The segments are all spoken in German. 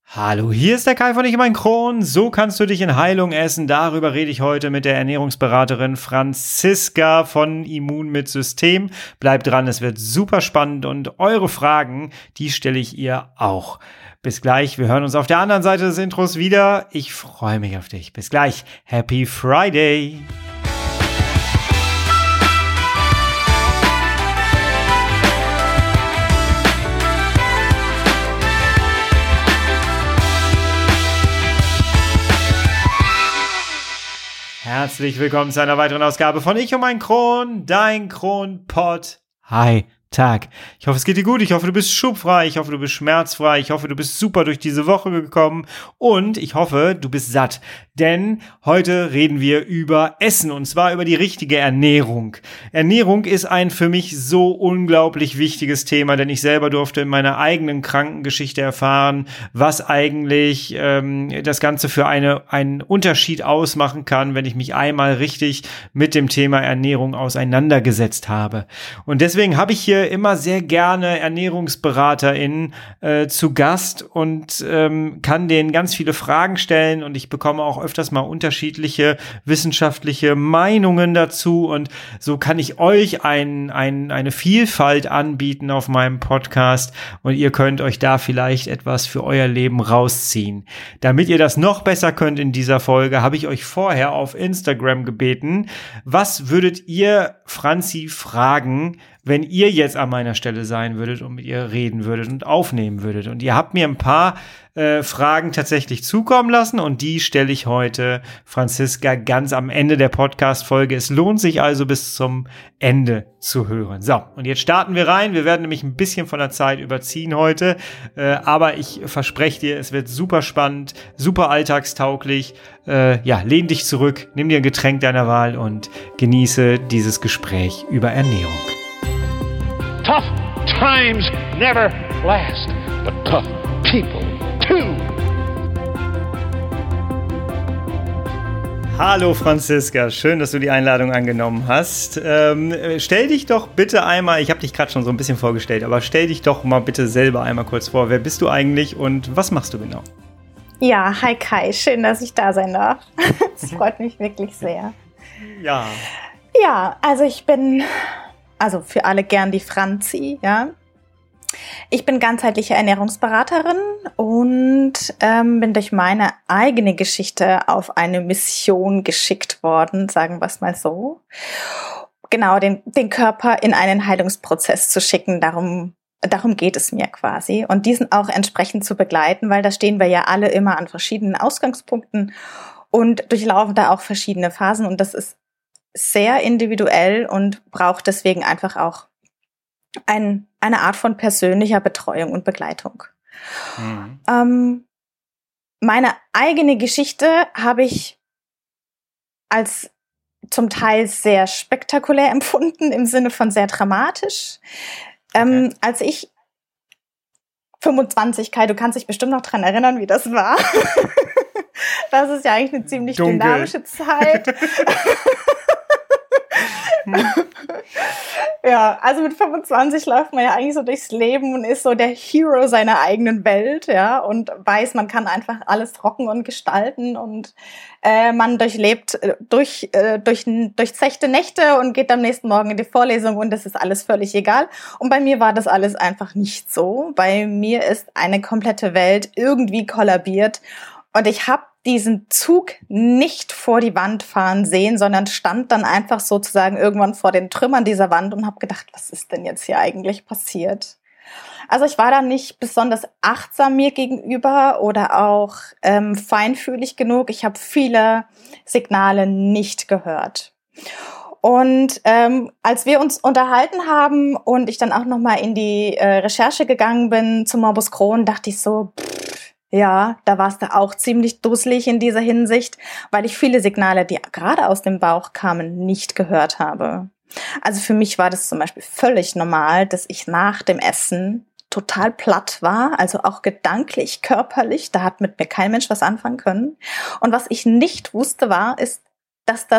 Hallo, hier ist der Kai von Ich mein Kron. So kannst du dich in Heilung essen. Darüber rede ich heute mit der Ernährungsberaterin Franziska von Immun mit System. Bleibt dran, es wird super spannend und eure Fragen, die stelle ich ihr auch. Bis gleich, wir hören uns auf der anderen Seite des Intros wieder. Ich freue mich auf dich. Bis gleich. Happy Friday! Herzlich willkommen zu einer weiteren Ausgabe von Ich und mein Kron, dein Kronpott. Hi, Tag. Ich hoffe, es geht dir gut. Ich hoffe, du bist schubfrei. Ich hoffe, du bist schmerzfrei. Ich hoffe, du bist super durch diese Woche gekommen. Und ich hoffe, du bist satt. Denn heute reden wir über Essen und zwar über die richtige Ernährung. Ernährung ist ein für mich so unglaublich wichtiges Thema, denn ich selber durfte in meiner eigenen Krankengeschichte erfahren, was eigentlich das Ganze für einen Unterschied ausmachen kann, wenn ich mich einmal richtig mit dem Thema Ernährung auseinandergesetzt habe. Und deswegen habe ich hier immer sehr gerne ErnährungsberaterInnen zu Gast und kann denen ganz viele Fragen stellen und ich bekomme auch öfters mal unterschiedliche wissenschaftliche Meinungen dazu und so kann ich euch eine Vielfalt anbieten auf meinem Podcast und ihr könnt euch da vielleicht etwas für euer Leben rausziehen. Damit ihr das noch besser könnt in dieser Folge, habe ich euch vorher auf Instagram gebeten, was würdet ihr Franzi fragen, wenn ihr jetzt an meiner Stelle sein würdet und mit ihr reden würdet und aufnehmen würdet. Und ihr habt mir ein paar Fragen tatsächlich zukommen lassen und die stelle ich heute Franziska ganz am Ende der Podcast-Folge. Es lohnt sich also bis zum Ende zu hören. So, und jetzt starten wir rein. Wir werden nämlich ein bisschen von der Zeit überziehen heute, aber ich verspreche dir, es wird super spannend, super alltagstauglich. Lehn dich zurück, nimm dir ein Getränk deiner Wahl und genieße dieses Gespräch über Ernährung. Tough times never last, but tough people too. Hallo Franziska, schön, dass du die Einladung angenommen hast. Stell dich doch bitte einmal, ich habe dich gerade schon so ein bisschen vorgestellt, aber stell dich doch mal bitte selber einmal kurz vor. Wer bist du eigentlich und was machst du genau? Ja, hi Kai, schön, dass ich da sein darf. Das freut mich wirklich sehr. Ja. Ja, also ich bin... Also für alle gern die Franzi, ja. Ich bin ganzheitliche Ernährungsberaterin und bin durch meine eigene Geschichte auf eine Mission geschickt worden, sagen wir es mal so. Genau, den Körper in einen Heilungsprozess zu schicken, darum geht es mir quasi. Und diesen auch entsprechend zu begleiten, weil da stehen wir ja alle immer an verschiedenen Ausgangspunkten und durchlaufen da auch verschiedene Phasen und das ist sehr individuell und braucht deswegen einfach auch eine Art von persönlicher Betreuung und Begleitung. Mhm. Meine eigene Geschichte habe ich als zum Teil sehr spektakulär empfunden, im Sinne von sehr dramatisch. Okay. Als ich 25, Kai, du kannst dich bestimmt noch dran erinnern, wie das war. Das ist ja eigentlich eine ziemlich dynamische Zeit. Ja, also mit 25 läuft man ja eigentlich so durchs Leben und ist so der Hero seiner eigenen Welt, ja, und weiß, man kann einfach alles rocken und gestalten und man durchlebt durchzechte Nächte und geht am nächsten Morgen in die Vorlesung und das ist alles völlig egal. Und bei mir war das alles einfach nicht so. Bei mir ist eine komplette Welt irgendwie kollabiert und ich habe diesen Zug nicht vor die Wand fahren sehen, sondern stand dann einfach sozusagen irgendwann vor den Trümmern dieser Wand und habe gedacht, was ist denn jetzt hier eigentlich passiert? Also ich war da nicht besonders achtsam mir gegenüber oder auch feinfühlig genug. Ich habe viele Signale nicht gehört. Und als wir uns unterhalten haben und ich dann auch nochmal in die Recherche gegangen bin zum Morbus Crohn, dachte ich so, ja, da war es da auch ziemlich dusselig in dieser Hinsicht, weil ich viele Signale, die gerade aus dem Bauch kamen, nicht gehört habe. Also für mich war das zum Beispiel völlig normal, dass ich nach dem Essen total platt war, also auch gedanklich, körperlich, da hat mit mir kein Mensch was anfangen können. Und was ich nicht wusste ist, dass das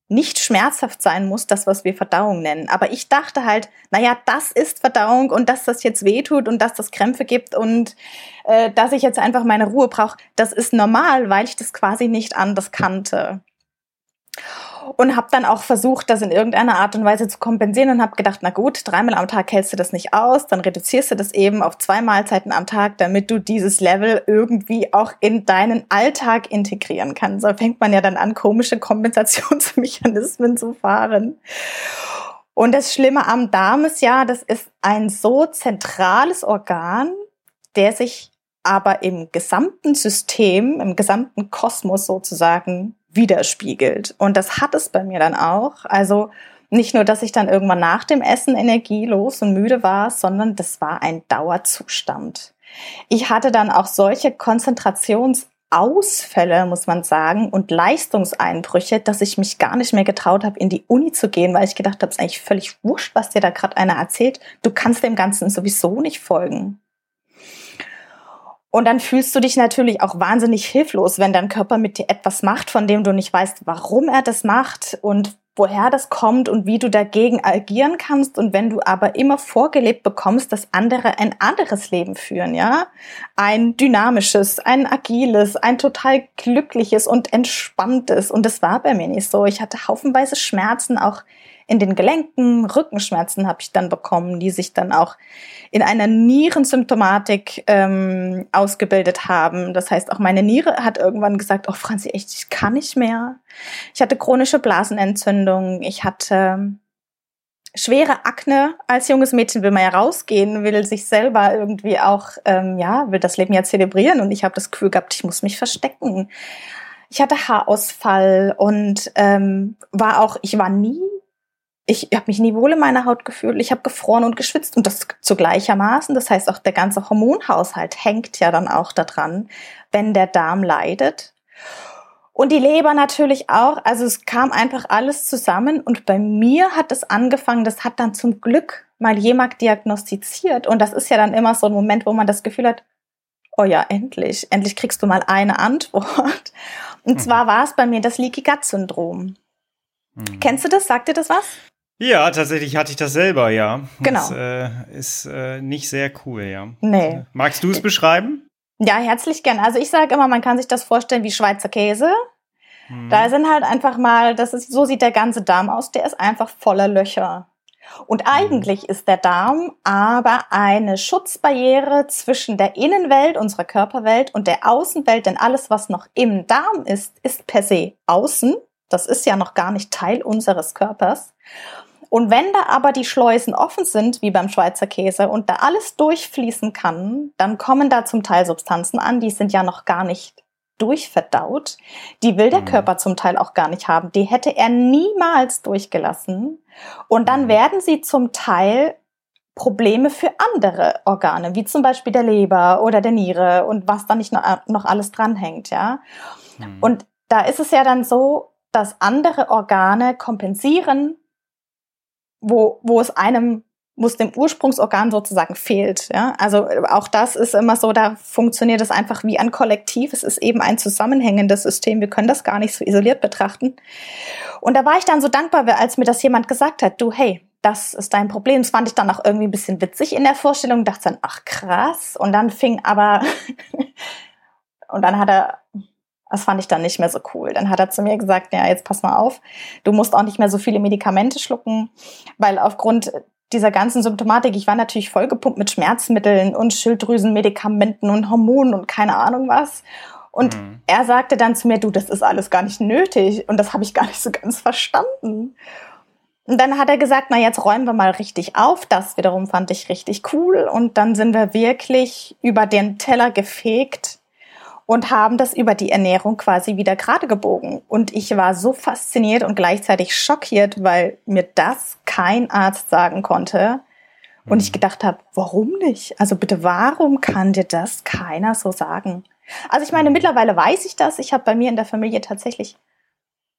nicht schmerzhaft sein muss, das, was wir Verdauung nennen. Aber ich dachte halt, naja, das ist Verdauung und dass das jetzt wehtut und dass das Krämpfe gibt und dass ich jetzt einfach meine Ruhe brauche, das ist normal, weil ich das quasi nicht anders kannte. Und habe dann auch versucht, das in irgendeiner Art und Weise zu kompensieren und habe gedacht, na gut, 3-mal am Tag hältst du das nicht aus, dann reduzierst du das eben auf 2 Mahlzeiten am Tag, damit du dieses Level irgendwie auch in deinen Alltag integrieren kannst. So fängt man ja dann an, komische Kompensationsmechanismen zu fahren. Und das Schlimme am Darm ist ja, das ist ein so zentrales Organ, der sich aber im gesamten System, im gesamten Kosmos sozusagen widerspiegelt. Und das hat es bei mir dann auch. Also nicht nur, dass ich dann irgendwann nach dem Essen energielos und müde war, sondern das war ein Dauerzustand. Ich hatte dann auch solche Konzentrationsausfälle, muss man sagen, und Leistungseinbrüche, dass ich mich gar nicht mehr getraut habe, in die Uni zu gehen, weil ich gedacht habe, es ist eigentlich völlig wurscht, was dir da gerade einer erzählt. Du kannst dem Ganzen sowieso nicht folgen. Und dann fühlst du dich natürlich auch wahnsinnig hilflos, wenn dein Körper mit dir etwas macht, von dem du nicht weißt, warum er das macht und woher das kommt und wie du dagegen agieren kannst. Und wenn du aber immer vorgelebt bekommst, dass andere ein anderes Leben führen, ja, ein dynamisches, ein agiles, ein total glückliches und entspanntes. Und das war bei mir nicht so. Ich hatte haufenweise Schmerzen, auch in den Gelenken, Rückenschmerzen habe ich dann bekommen, die sich dann auch in einer Nierensymptomatik ausgebildet haben. Das heißt, auch meine Niere hat irgendwann gesagt, oh Franzi, echt, ich kann nicht mehr. Ich hatte chronische Blasenentzündung, ich hatte schwere Akne. Als junges Mädchen will man ja rausgehen, will sich selber irgendwie auch, will das Leben ja zelebrieren. Und ich habe das Gefühl gehabt, ich muss mich verstecken. Ich hatte Haarausfall und ich habe mich nie wohl in meiner Haut gefühlt. Ich habe gefroren und geschwitzt und das zu gleichermaßen. Das heißt, auch der ganze Hormonhaushalt hängt ja dann auch daran, wenn der Darm leidet. Und die Leber natürlich auch. Also es kam einfach alles zusammen. Und bei mir hat es angefangen, das hat dann zum Glück mal jemand diagnostiziert. Und das ist ja dann immer so ein Moment, wo man das Gefühl hat, oh ja, endlich kriegst du mal eine Antwort. Und zwar war es bei mir das Leaky Gut Syndrom. Kennst du das? Sagt dir das was? Ja, tatsächlich hatte ich das selber, ja. Genau. Das ist nicht sehr cool, ja. Nee. Magst du es beschreiben? Ja, herzlich gern. Also ich sage immer, man kann sich das vorstellen wie Schweizer Käse. Da sind halt einfach mal, so sieht der ganze Darm aus, der ist einfach voller Löcher. Und eigentlich ist der Darm aber eine Schutzbarriere zwischen der Innenwelt, unserer Körperwelt, und der Außenwelt, denn alles, was noch im Darm ist per se außen. Das ist ja noch gar nicht Teil unseres Körpers. Und wenn da aber die Schleusen offen sind, wie beim Schweizer Käse, und da alles durchfließen kann, dann kommen da zum Teil Substanzen an, die sind ja noch gar nicht durchverdaut. Die will der Körper zum Teil auch gar nicht haben. Die hätte er niemals durchgelassen. Und dann werden sie zum Teil Probleme für andere Organe, wie zum Beispiel der Leber oder der Niere und was da nicht noch alles dranhängt, ja. Und da ist es ja dann so, dass andere Organe kompensieren, wo es dem Ursprungsorgan sozusagen fehlt. Ja? Also auch das ist immer so, da funktioniert es einfach wie ein Kollektiv. Es ist eben ein zusammenhängendes System. Wir können das gar nicht so isoliert betrachten. Und da war ich dann so dankbar, als mir das jemand gesagt hat, du, hey, das ist dein Problem. Das fand ich dann auch irgendwie ein bisschen witzig in der Vorstellung. Dachte dann, ach krass. Und dann das fand ich dann nicht mehr so cool. Dann hat er zu mir gesagt, ja, jetzt pass mal auf, du musst auch nicht mehr so viele Medikamente schlucken, weil aufgrund dieser ganzen Symptomatik, ich war natürlich vollgepumpt mit Schmerzmitteln und Schilddrüsenmedikamenten und Hormonen und keine Ahnung was. Und er sagte dann zu mir, du, das ist alles gar nicht nötig. Und das habe ich gar nicht so ganz verstanden. Und dann hat er gesagt, na jetzt räumen wir mal richtig auf. Das wiederum fand ich richtig cool. Und dann sind wir wirklich über den Teller gefegt und haben das über die Ernährung quasi wieder gerade gebogen. Und ich war so fasziniert und gleichzeitig schockiert, weil mir das kein Arzt sagen konnte. Und ich gedacht habe, warum nicht? Also bitte, warum kann dir das keiner so sagen? Also ich meine, mittlerweile weiß ich das. Ich habe bei mir in der Familie tatsächlich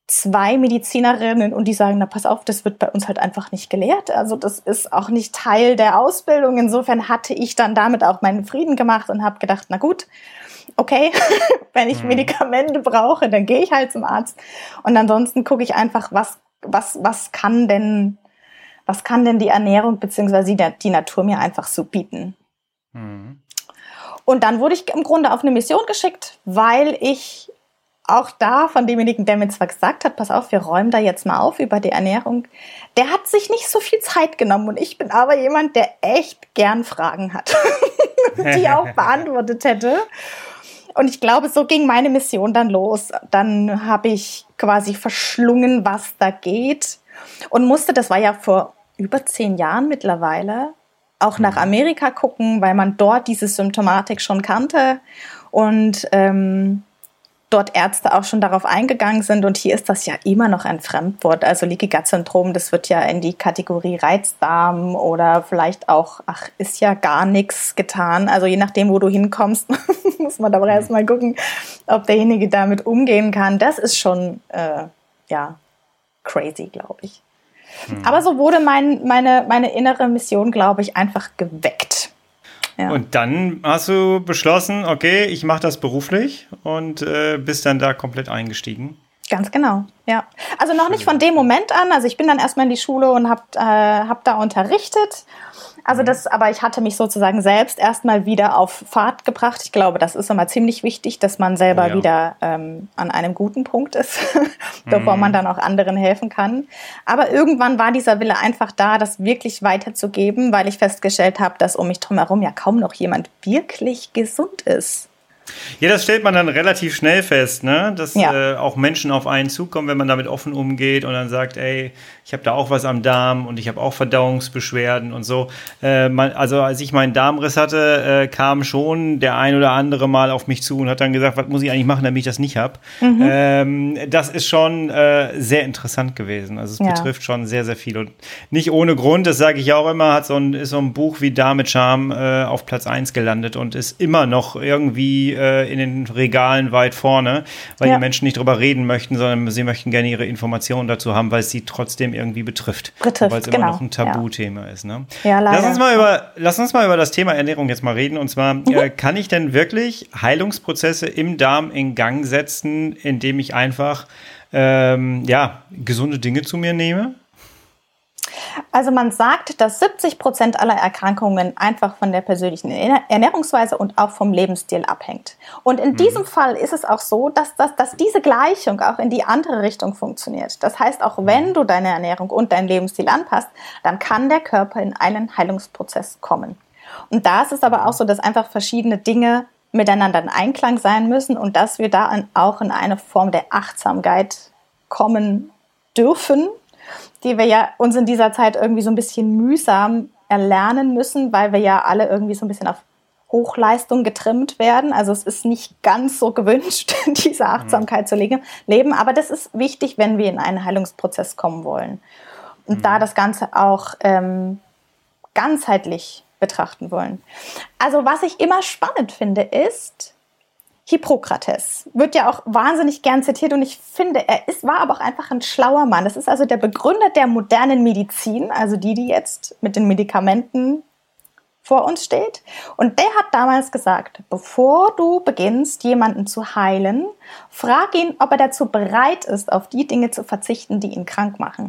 2 Medizinerinnen und die sagen, na pass auf, das wird bei uns halt einfach nicht gelehrt. Also das ist auch nicht Teil der Ausbildung. Insofern hatte ich dann damit auch meinen Frieden gemacht und habe gedacht, na gut, okay, wenn ich Medikamente brauche, dann gehe ich halt zum Arzt. Und ansonsten gucke ich einfach, was kann denn die Ernährung bzw. die Natur mir einfach so bieten. Mhm. Und dann wurde ich im Grunde auf eine Mission geschickt, weil ich auch da von demjenigen, der mir zwar gesagt hat, pass auf, wir räumen da jetzt mal auf über die Ernährung, der hat sich nicht so viel Zeit genommen und ich bin aber jemand, der echt gern Fragen hat, die auch beantwortet hätte. Und ich glaube, so ging meine Mission dann los. Dann habe ich quasi verschlungen, was da geht und musste, das war ja vor über 10 Jahren mittlerweile, auch nach Amerika gucken, weil man dort diese Symptomatik schon kannte und dort Ärzte auch schon darauf eingegangen sind. Und hier ist das ja immer noch ein Fremdwort. Also Leaky Gut Syndrom, das wird ja in die Kategorie Reizdarm oder vielleicht auch, ist ja gar nichts getan. Also je nachdem, wo du hinkommst, muss man aber erstmal gucken, ob derjenige damit umgehen kann. Das ist schon, crazy, glaube ich. Aber so wurde meine innere Mission, glaube ich, einfach geweckt. Ja. Und dann hast du beschlossen, okay, ich mache das beruflich und bist dann da komplett eingestiegen. Ganz genau, ja. Also noch nicht von dem Moment an. Also ich bin dann erstmal in die Schule und hab da unterrichtet. Also aber ich hatte mich sozusagen selbst erstmal wieder auf Fahrt gebracht. Ich glaube, das ist immer ziemlich wichtig, dass man selber wieder an einem guten Punkt ist, bevor man dann auch anderen helfen kann. Aber irgendwann war dieser Wille einfach da, das wirklich weiterzugeben, weil ich festgestellt habe, dass um mich drumherum ja kaum noch jemand wirklich gesund ist. Ja, das stellt man dann relativ schnell fest, ne? Dass auch Menschen auf einen zukommen, wenn man damit offen umgeht und dann sagt, ey, ich habe da auch was am Darm und ich habe auch Verdauungsbeschwerden und so. Also als ich meinen Darmriss hatte, kam schon der ein oder andere mal auf mich zu und hat dann gesagt, was muss ich eigentlich machen, damit ich das nicht habe. Das ist schon sehr interessant gewesen. Also es betrifft schon sehr, sehr viel. Und nicht ohne Grund, das sage ich auch immer, ist so ein Buch wie Darm mit Charme auf Platz 1 gelandet und ist immer noch irgendwie in den Regalen weit vorne, weil die Menschen nicht drüber reden möchten, sondern sie möchten gerne ihre Informationen dazu haben, weil es sie trotzdem irgendwie betrifft weil es immer noch ein Tabuthema ist. Ne? Ja, leider. Lass uns mal über das Thema Ernährung jetzt mal reden. Und zwar, kann ich denn wirklich Heilungsprozesse im Darm in Gang setzen, indem ich einfach gesunde Dinge zu mir nehme? Also man sagt, dass 70% aller Erkrankungen einfach von der persönlichen Ernährungsweise und auch vom Lebensstil abhängt. Und in diesem Fall ist es auch so, dass diese Gleichung auch in die andere Richtung funktioniert. Das heißt, auch wenn du deine Ernährung und deinen Lebensstil anpasst, dann kann der Körper in einen Heilungsprozess kommen. Und da ist es aber auch so, dass einfach verschiedene Dinge miteinander in Einklang sein müssen und dass wir da auch in eine Form der Achtsamkeit kommen dürfen, die wir ja uns in dieser Zeit irgendwie so ein bisschen mühsam erlernen müssen, weil wir ja alle irgendwie so ein bisschen auf Hochleistung getrimmt werden. Also es ist nicht ganz so gewünscht, diese Achtsamkeit zu leben, aber das ist wichtig, wenn wir in einen Heilungsprozess kommen wollen. Und da das Ganze auch ganzheitlich betrachten wollen. Also was ich immer spannend finde, ist, Hippokrates wird ja auch wahnsinnig gern zitiert und ich finde, war aber auch einfach ein schlauer Mann. Das ist also der Begründer der modernen Medizin, also die jetzt mit den Medikamenten vor uns steht. Und der hat damals gesagt, bevor du beginnst, jemanden zu heilen, frag ihn, ob er dazu bereit ist, auf die Dinge zu verzichten, die ihn krank machen.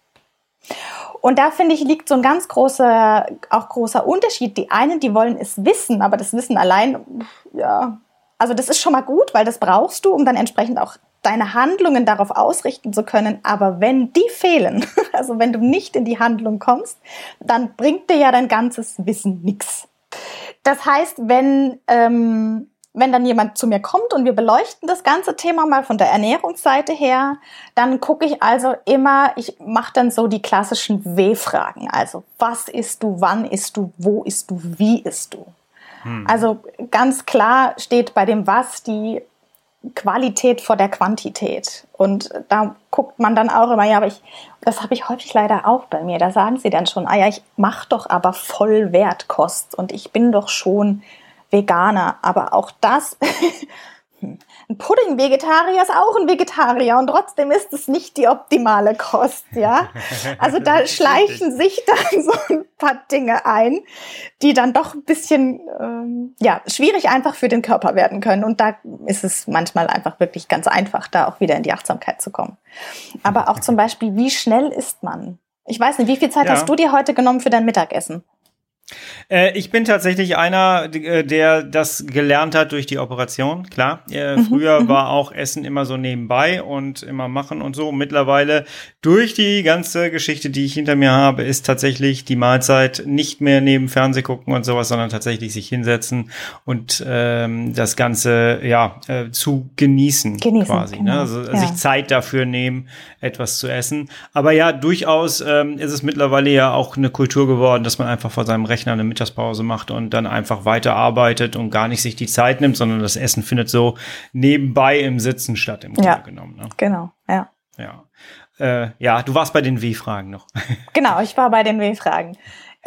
Und da, finde ich, liegt so ein ganz großer Unterschied. Die einen, die wollen es wissen, aber das Wissen allein, also das ist schon mal gut, weil das brauchst du, um dann entsprechend auch deine Handlungen darauf ausrichten zu können. Aber wenn die fehlen, also wenn du nicht in die Handlung kommst, dann bringt dir ja dein ganzes Wissen nichts. Das heißt, wenn dann jemand zu mir kommt und wir beleuchten das ganze Thema mal von der Ernährungsseite her, dann gucke ich also immer, ich mache dann so die klassischen W-Fragen. Also was isst du, wann isst du, wo isst du, wie isst du? Also ganz klar steht bei dem Was die Qualität vor der Quantität. Und da guckt man dann auch immer, aber das habe ich häufig leider auch bei mir. Da sagen sie dann schon, ich mache doch aber Vollwertkost und ich bin doch schon Veganer. Aber auch das, ein Pudding-Vegetarier ist auch ein Vegetarier und trotzdem ist es nicht die optimale Kost, ja. Also da schleichen sich dann so ein paar Dinge ein, die dann doch ein bisschen schwierig einfach für den Körper werden können. Und da ist es manchmal einfach wirklich ganz einfach, da auch wieder in die Achtsamkeit zu kommen. Aber auch zum Beispiel, wie schnell isst man? Ich weiß nicht, wie viel Zeit hast du dir heute genommen für dein Mittagessen? Ich bin tatsächlich einer, der das gelernt hat durch die Operation, klar. Früher war auch Essen immer so nebenbei und immer machen und so. Mittlerweile durch die ganze Geschichte, die ich hinter mir habe, ist tatsächlich die Mahlzeit nicht mehr neben Fernseh gucken und sowas, sondern tatsächlich sich hinsetzen und das Ganze zu genießen quasi. Genau. Ne? Also sich Zeit dafür nehmen, etwas zu essen. Aber ja, durchaus ist es mittlerweile ja auch eine Kultur geworden, dass man einfach vor seinem Rechner eine Mittagspause macht und dann einfach weiterarbeitet und gar nicht sich die Zeit nimmt, sondern das Essen findet so nebenbei im Sitzen statt, im Grunde genommen. Ne? Genau, ja. Du warst bei den W-Fragen noch. Genau, ich war bei den W-Fragen.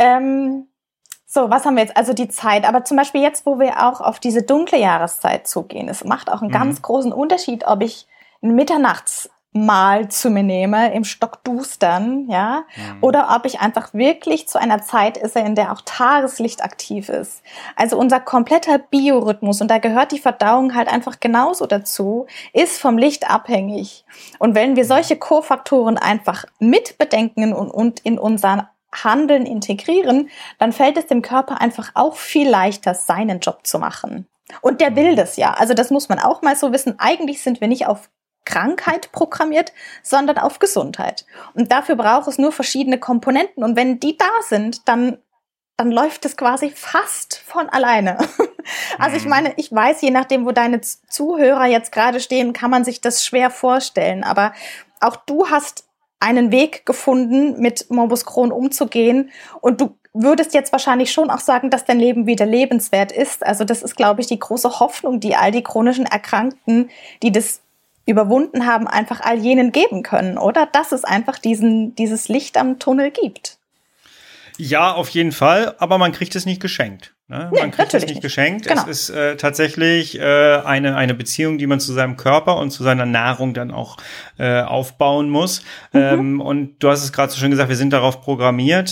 So, was haben wir jetzt? Also die Zeit. Aber zum Beispiel jetzt, wo wir auch auf diese dunkle Jahreszeit zugehen, es macht auch einen ganz großen Unterschied, ob ich ein Mitternachtsmahl zu mir nehme, im Stockdustern, oder ob ich einfach wirklich zu einer Zeit esse, in der auch Tageslicht aktiv ist. Also unser kompletter Biorhythmus, und da gehört die Verdauung halt einfach genauso dazu, ist vom Licht abhängig. Und wenn wir solche Kofaktoren einfach mit bedenken und in unser Handeln integrieren, dann fällt es dem Körper einfach auch viel leichter, seinen Job zu machen. Und der will das ja. Also das muss man auch mal so wissen. Eigentlich sind wir nicht auf Krankheit programmiert, sondern auf Gesundheit. Und dafür braucht es nur verschiedene Komponenten. Und wenn die da sind, dann läuft es quasi fast von alleine. Also ich meine, ich weiß, je nachdem, wo deine Zuhörer jetzt gerade stehen, kann man sich das schwer vorstellen. Aber auch du hast einen Weg gefunden, mit Morbus Crohn umzugehen. Und du würdest jetzt wahrscheinlich schon auch sagen, dass dein Leben wieder lebenswert ist. Also das ist, glaube ich, die große Hoffnung, die all die chronischen Erkrankten, die das überwunden haben, einfach all jenen geben können, oder? Dass es einfach dieses Licht am Tunnel gibt. Ja, auf jeden Fall, aber man kriegt es nicht geschenkt. Ne? Nee, man kriegt es nicht geschenkt. Genau. Es ist tatsächlich eine Beziehung, die man zu seinem Körper und zu seiner Nahrung dann auch aufbauen muss. Und du hast es gerade so schön gesagt, wir sind darauf programmiert.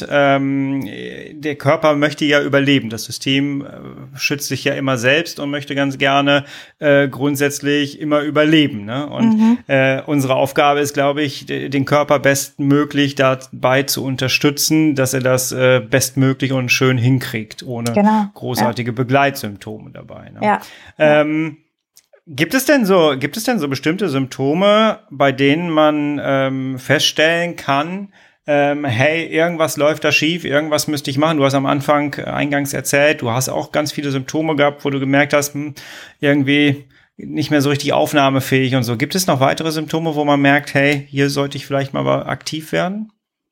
Der Körper möchte ja überleben. Das System schützt sich ja immer selbst und möchte ganz gerne grundsätzlich immer überleben. Ne? Und unsere Aufgabe ist, glaube ich, den Körper bestmöglich dabei zu unterstützen, dass er das bestmöglich und schön hinkriegt, ohne großartige Begleitsymptome dabei. Ne? Ja. Gibt es denn so bestimmte Symptome, bei denen man feststellen kann, hey, irgendwas läuft da schief, irgendwas müsste ich machen? Du hast am Anfang eingangs erzählt, du hast auch ganz viele Symptome gehabt, wo du gemerkt hast, irgendwie nicht mehr so richtig aufnahmefähig und so. Gibt es noch weitere Symptome, wo man merkt, hey, hier sollte ich vielleicht mal aktiv werden?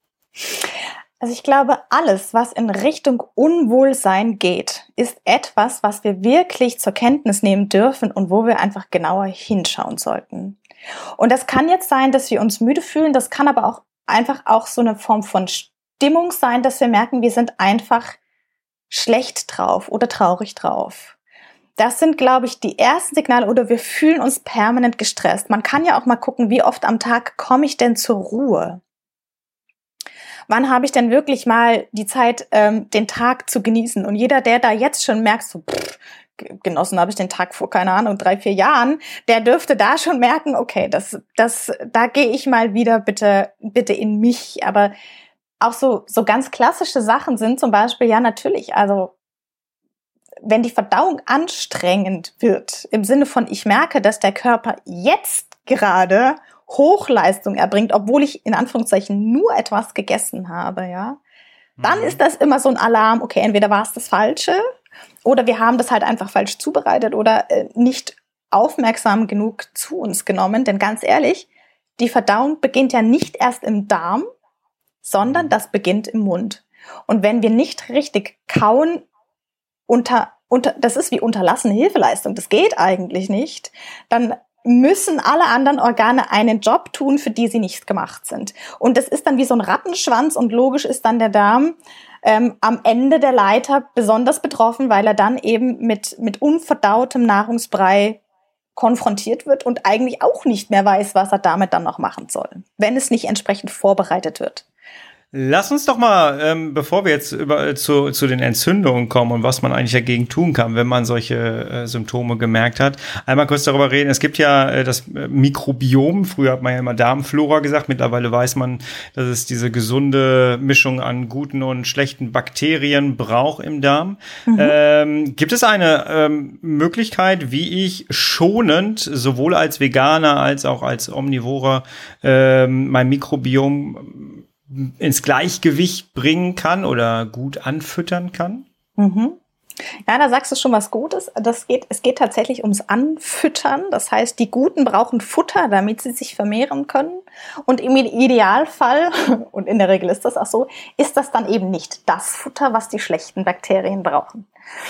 Also ich glaube, alles, was in Richtung Unwohlsein geht, ist etwas, was wir wirklich zur Kenntnis nehmen dürfen und wo wir einfach genauer hinschauen sollten. Und das kann jetzt sein, dass wir uns müde fühlen, das kann aber auch einfach auch so eine Form von Stimmung sein, dass wir merken, wir sind einfach schlecht drauf oder traurig drauf. Das sind, glaube ich, die ersten Signale, oder wir fühlen uns permanent gestresst. Man kann ja auch mal gucken, wie oft am Tag komme ich denn zur Ruhe? Wann habe ich denn wirklich mal die Zeit, den Tag zu genießen? Und jeder, der da jetzt schon merkt, so genossen habe ich den Tag vor, keine Ahnung, 3-4 Jahren, der dürfte da schon merken, okay, da gehe ich mal wieder bitte in mich. Aber auch so ganz klassische Sachen sind zum Beispiel, ja natürlich, also wenn die Verdauung anstrengend wird, im Sinne von, ich merke, dass der Körper jetzt gerade Hochleistung erbringt, obwohl ich in Anführungszeichen nur etwas gegessen habe, ja, dann ist das immer so ein Alarm, okay, entweder war es das Falsche oder wir haben das halt einfach falsch zubereitet oder nicht aufmerksam genug zu uns genommen, denn ganz ehrlich, die Verdauung beginnt ja nicht erst im Darm, sondern das beginnt im Mund. Und wenn wir nicht richtig kauen, das ist wie unterlassene Hilfeleistung, das geht eigentlich nicht, dann müssen alle anderen Organe einen Job tun, für die sie nicht gemacht sind. Und das ist dann wie so ein Rattenschwanz und logisch ist dann der Darm am Ende der Leiter besonders betroffen, weil er dann eben mit unverdautem Nahrungsbrei konfrontiert wird und eigentlich auch nicht mehr weiß, was er damit dann noch machen soll, wenn es nicht entsprechend vorbereitet wird. Lass uns doch mal, bevor wir jetzt zu den Entzündungen kommen und was man eigentlich dagegen tun kann, wenn man solche Symptome gemerkt hat, einmal kurz darüber reden. Es gibt ja das Mikrobiom. Früher hat man ja immer Darmflora gesagt. Mittlerweile weiß man, dass es diese gesunde Mischung an guten und schlechten Bakterien braucht im Darm. Gibt es eine Möglichkeit, wie ich schonend, sowohl als Veganer als auch als Omnivorer, mein Mikrobiom ins Gleichgewicht bringen kann oder gut anfüttern kann? Ja, da sagst du schon was Gutes. Es geht tatsächlich ums Anfüttern. Das heißt, die Guten brauchen Futter, damit sie sich vermehren können. Und im Idealfall, und in der Regel ist das auch so, ist das dann eben nicht das Futter, was die schlechten Bakterien brauchen.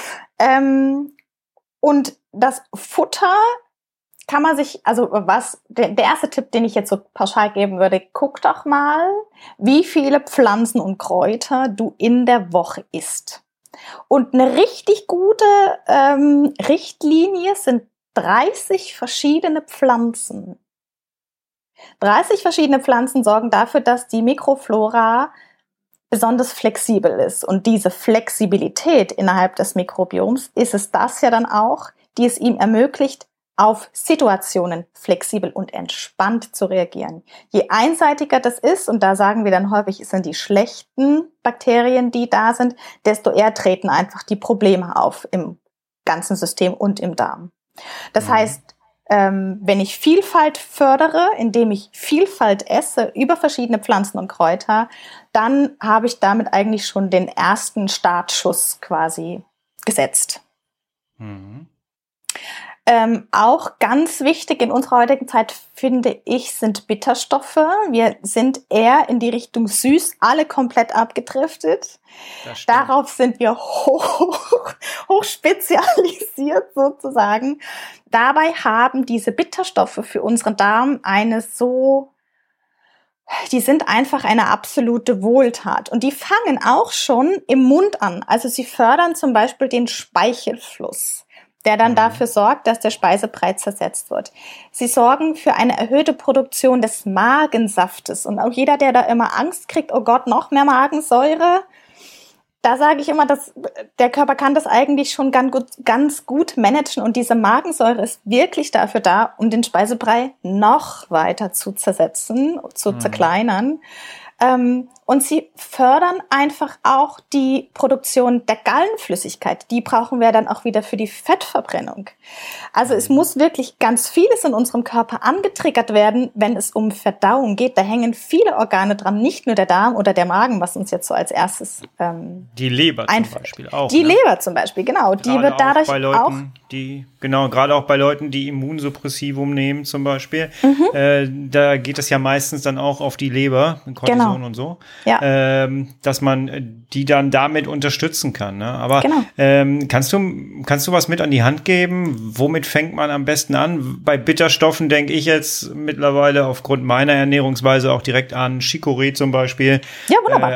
Und das Futter kann man sich, der erste Tipp, den ich jetzt so pauschal geben würde, guck doch mal, wie viele Pflanzen und Kräuter du in der Woche isst. Und eine richtig gute Richtlinie sind 30 verschiedene Pflanzen. 30 verschiedene Pflanzen sorgen dafür, dass die Mikroflora besonders flexibel ist. Und diese Flexibilität innerhalb des Mikrobioms ist es das ja dann auch, die es ihm ermöglicht, auf Situationen flexibel und entspannt zu reagieren. Je einseitiger das ist, und da sagen wir dann häufig, es sind die schlechten Bakterien, die da sind, desto eher treten einfach die Probleme auf im ganzen System und im Darm. Das heißt, wenn ich Vielfalt fördere, indem ich Vielfalt esse über verschiedene Pflanzen und Kräuter, dann habe ich damit eigentlich schon den ersten Startschuss quasi gesetzt. Auch ganz wichtig in unserer heutigen Zeit, finde ich, sind Bitterstoffe. Wir sind eher in die Richtung süß, alle komplett abgedriftet. Darauf sind wir hoch spezialisiert sozusagen. Dabei haben diese Bitterstoffe für unseren Darm die sind einfach eine absolute Wohltat. Und die fangen auch schon im Mund an. Also sie fördern zum Beispiel den Speichelfluss, der dann dafür sorgt, dass der Speisebrei zersetzt wird. Sie sorgen für eine erhöhte Produktion des Magensaftes. Und auch jeder, der da immer Angst kriegt, oh Gott, noch mehr Magensäure, da sage ich immer, dass der Körper kann das eigentlich schon ganz gut managen. Und diese Magensäure ist wirklich dafür da, um den Speisebrei noch weiter zu zersetzen, zu zerkleinern. Und sie fördern einfach auch die Produktion der Gallenflüssigkeit. Die brauchen wir dann auch wieder für die Fettverbrennung. Also es muss wirklich ganz vieles in unserem Körper angetriggert werden, wenn es um Verdauung geht. Da hängen viele Organe dran, nicht nur der Darm oder der Magen, was uns jetzt so als erstes die Leber zum Beispiel auch. Die Leber zum Beispiel, genau. Die wird dadurch gerade auch bei Leuten, die Immunsuppressivum nehmen zum Beispiel. Da geht es ja meistens dann auch auf die Leber, Cortison und so. Ja. Dass man die dann damit unterstützen kann. Ne? Aber kannst du was mit an die Hand geben? Womit fängt man am besten an? Bei Bitterstoffen denke ich jetzt mittlerweile aufgrund meiner Ernährungsweise auch direkt an Chicorée zum Beispiel. Ja, wunderbar.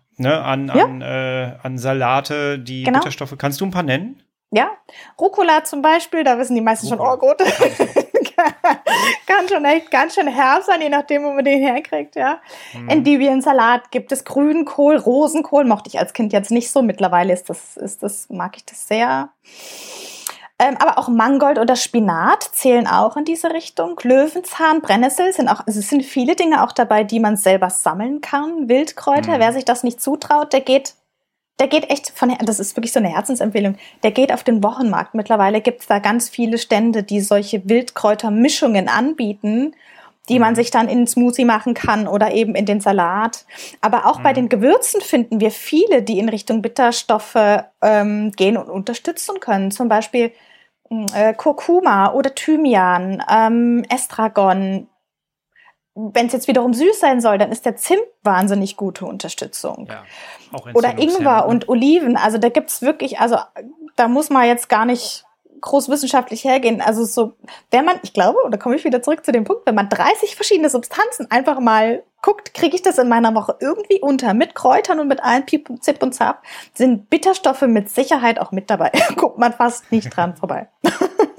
An Salate, die Bitterstoffe. Kannst du ein paar nennen? Ja, Rucola zum Beispiel, da wissen die meisten schon, oh Gott, kann schon echt ganz schön herb sein, je nachdem, wo man den herkriegt, ja. Endiviensalat gibt es, Grünkohl, Rosenkohl, mochte ich als Kind jetzt nicht so, mittlerweile mag ich das sehr. Aber auch Mangold oder Spinat zählen auch in diese Richtung. Löwenzahn, Brennnessel es sind viele Dinge auch dabei, die man selber sammeln kann. Wildkräuter, wer sich das nicht zutraut, der geht echt das ist wirklich so eine Herzensempfehlung, der geht auf den Wochenmarkt. Mittlerweile gibt es da ganz viele Stände, die solche Wildkräutermischungen anbieten, die man sich dann in den Smoothie machen kann oder eben in den Salat. Aber auch bei den Gewürzen finden wir viele, die in Richtung Bitterstoffe gehen und unterstützen können. Zum Beispiel Kurkuma oder Thymian, Estragon. Wenn es jetzt wiederum süß sein soll, dann ist der Zimt wahnsinnig gute Unterstützung. Ja, auch oder Ingwer und Oliven. Also da gibt's wirklich, da muss man jetzt gar nicht groß wissenschaftlich hergehen. Also so, ich glaube, und da komme ich wieder zurück zu dem Punkt, wenn man 30 verschiedene Substanzen einfach mal guckt, kriege ich das in meiner Woche irgendwie unter. Mit Kräutern und mit allen Zip und Zap sind Bitterstoffe mit Sicherheit auch mit dabei. Guckt man fast nicht dran vorbei.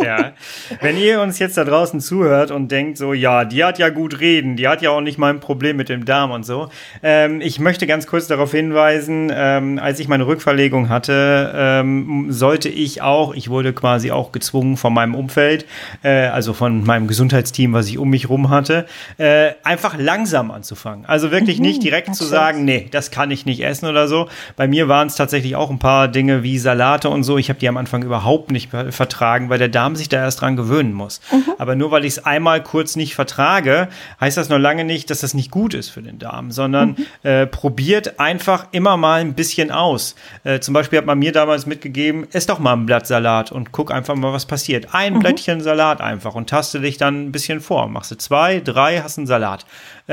Ja. Wenn ihr uns jetzt da draußen zuhört und denkt so, ja, die hat ja gut reden, die hat ja auch nicht mal ein Problem mit dem Darm und so. Ich möchte ganz kurz darauf hinweisen, als ich meine Rückverlegung hatte, sollte ich wurde quasi auch gezwungen von meinem Umfeld, also von meinem Gesundheitsteam, was ich um mich rum hatte, einfach langsam anzufangen. Also wirklich nicht direkt zu sagen, nee, das kann ich nicht essen oder so. Bei mir waren es tatsächlich auch ein paar Dinge wie Salate und so. Ich habe die am Anfang überhaupt nicht vertragen, weil der Darm sich da erst dran gewöhnen muss. Aber nur weil ich es einmal kurz nicht vertrage, heißt das noch lange nicht, dass das nicht gut ist für den Darm, sondern probiert einfach immer mal ein bisschen aus. Zum Beispiel hat man mir damals mitgegeben, ess doch mal ein Blatt Salat und guck einfach mal, was passiert. Ein Blättchen Salat einfach und taste dich dann ein bisschen vor. Machst du 2, 3, hast einen Salat.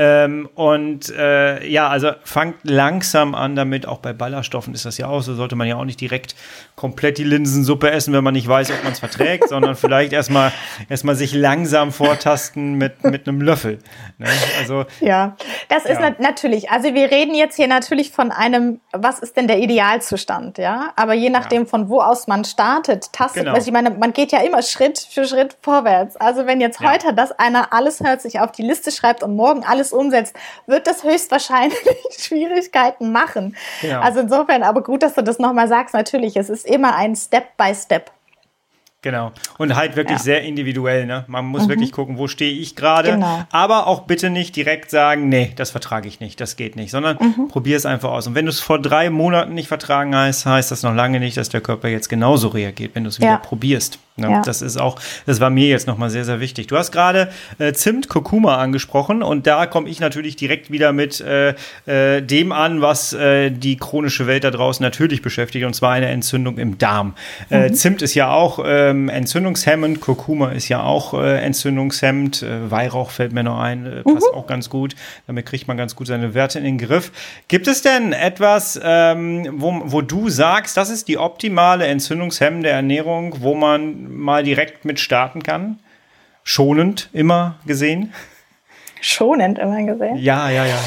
Also fangt langsam an damit, auch bei Ballaststoffen ist das ja auch so, sollte man ja auch nicht direkt komplett die Linsensuppe essen, wenn man nicht weiß, ob man es verträgt, sondern vielleicht erstmal sich langsam vortasten mit einem Löffel. Ne? Also, ja, das ist natürlich, also wir reden jetzt hier natürlich von einem, was ist denn der Idealzustand, ja? Aber je nachdem, von wo aus man startet, tastet, also ich meine, man geht ja immer Schritt für Schritt vorwärts. Also wenn jetzt heute das einer alles hört, sich auf die Liste schreibt und morgen alles umsetzt, wird das höchstwahrscheinlich Schwierigkeiten machen. Genau. Also insofern, aber gut, dass du das nochmal sagst, natürlich, es ist immer ein Step by Step. Genau. Und halt wirklich sehr individuell, ne? Man muss wirklich gucken, wo stehe ich gerade. Genau. Aber auch bitte nicht direkt sagen, nee, das vertrage ich nicht, das geht nicht, sondern probier es einfach aus. Und wenn du es vor 3 Monaten nicht vertragen hast, heißt das noch lange nicht, dass der Körper jetzt genauso reagiert, wenn du es wieder probierst. Ne? Ja. Das war mir jetzt nochmal sehr, sehr wichtig. Du hast gerade Zimt, Kurkuma angesprochen und da komme ich natürlich direkt wieder mit dem an, was die chronische Welt da draußen natürlich beschäftigt, und zwar eine Entzündung im Darm. Zimt ist ja auch entzündungshemmend, Kurkuma ist ja auch entzündungshemmend, Weihrauch fällt mir noch ein, passt auch ganz gut, damit kriegt man ganz gut seine Werte in den Griff. Gibt es denn etwas, wo du sagst, das ist die optimale entzündungshemmende Ernährung, wo man mal direkt mit starten kann? Schonend immer gesehen? Schonend immer gesehen? Ja.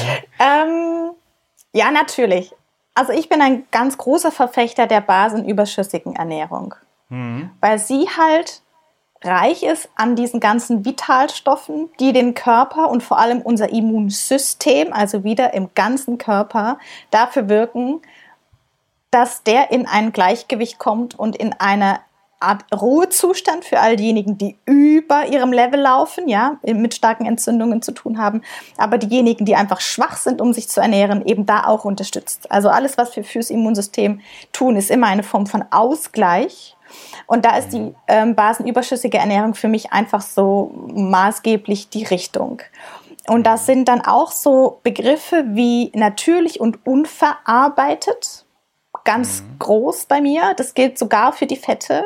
Ja, natürlich. Also ich bin ein ganz großer Verfechter der basenüberschüssigen Ernährung. Weil sie halt reich ist an diesen ganzen Vitalstoffen, die den Körper und vor allem unser Immunsystem, also wieder im ganzen Körper, dafür wirken, dass der in ein Gleichgewicht kommt und in eine Art Ruhezustand für all diejenigen, die über ihrem Level laufen, ja, mit starken Entzündungen zu tun haben, aber diejenigen, die einfach schwach sind, um sich zu ernähren, eben da auch unterstützt. Also alles, was wir fürs Immunsystem tun, ist immer eine Form von Ausgleich. Und da ist die basenüberschüssige Ernährung für mich einfach so maßgeblich die Richtung. Und das sind dann auch so Begriffe wie natürlich und unverarbeitet, ganz groß bei mir. Das gilt sogar für die Fette.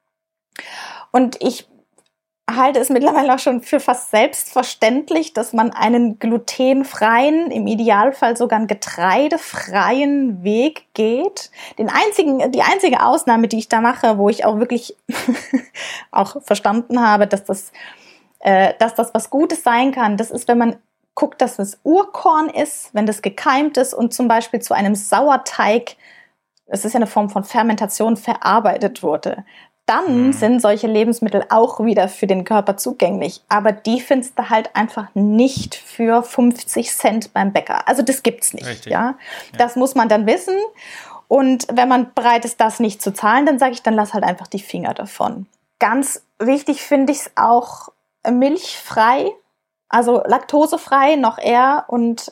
Und ich halte es mittlerweile auch schon für fast selbstverständlich, dass man einen glutenfreien, im Idealfall sogar einen getreidefreien Weg geht. Die einzige Ausnahme, die ich da mache, wo ich auch wirklich auch verstanden habe, dass das was Gutes sein kann, das ist, wenn man guckt, dass es Urkorn ist, wenn das gekeimt ist und zum Beispiel zu einem Sauerteig, es ist ja eine Form von Fermentation, verarbeitet wurde. Dann sind solche Lebensmittel auch wieder für den Körper zugänglich. Aber die findest du halt einfach nicht für 50 Cent beim Bäcker. Also das gibt's nicht. Ja? Das muss man dann wissen. Und wenn man bereit ist, das nicht zu zahlen, dann sage ich, dann lass halt einfach die Finger davon. Ganz wichtig finde ich es auch milchfrei, also laktosefrei noch eher. Und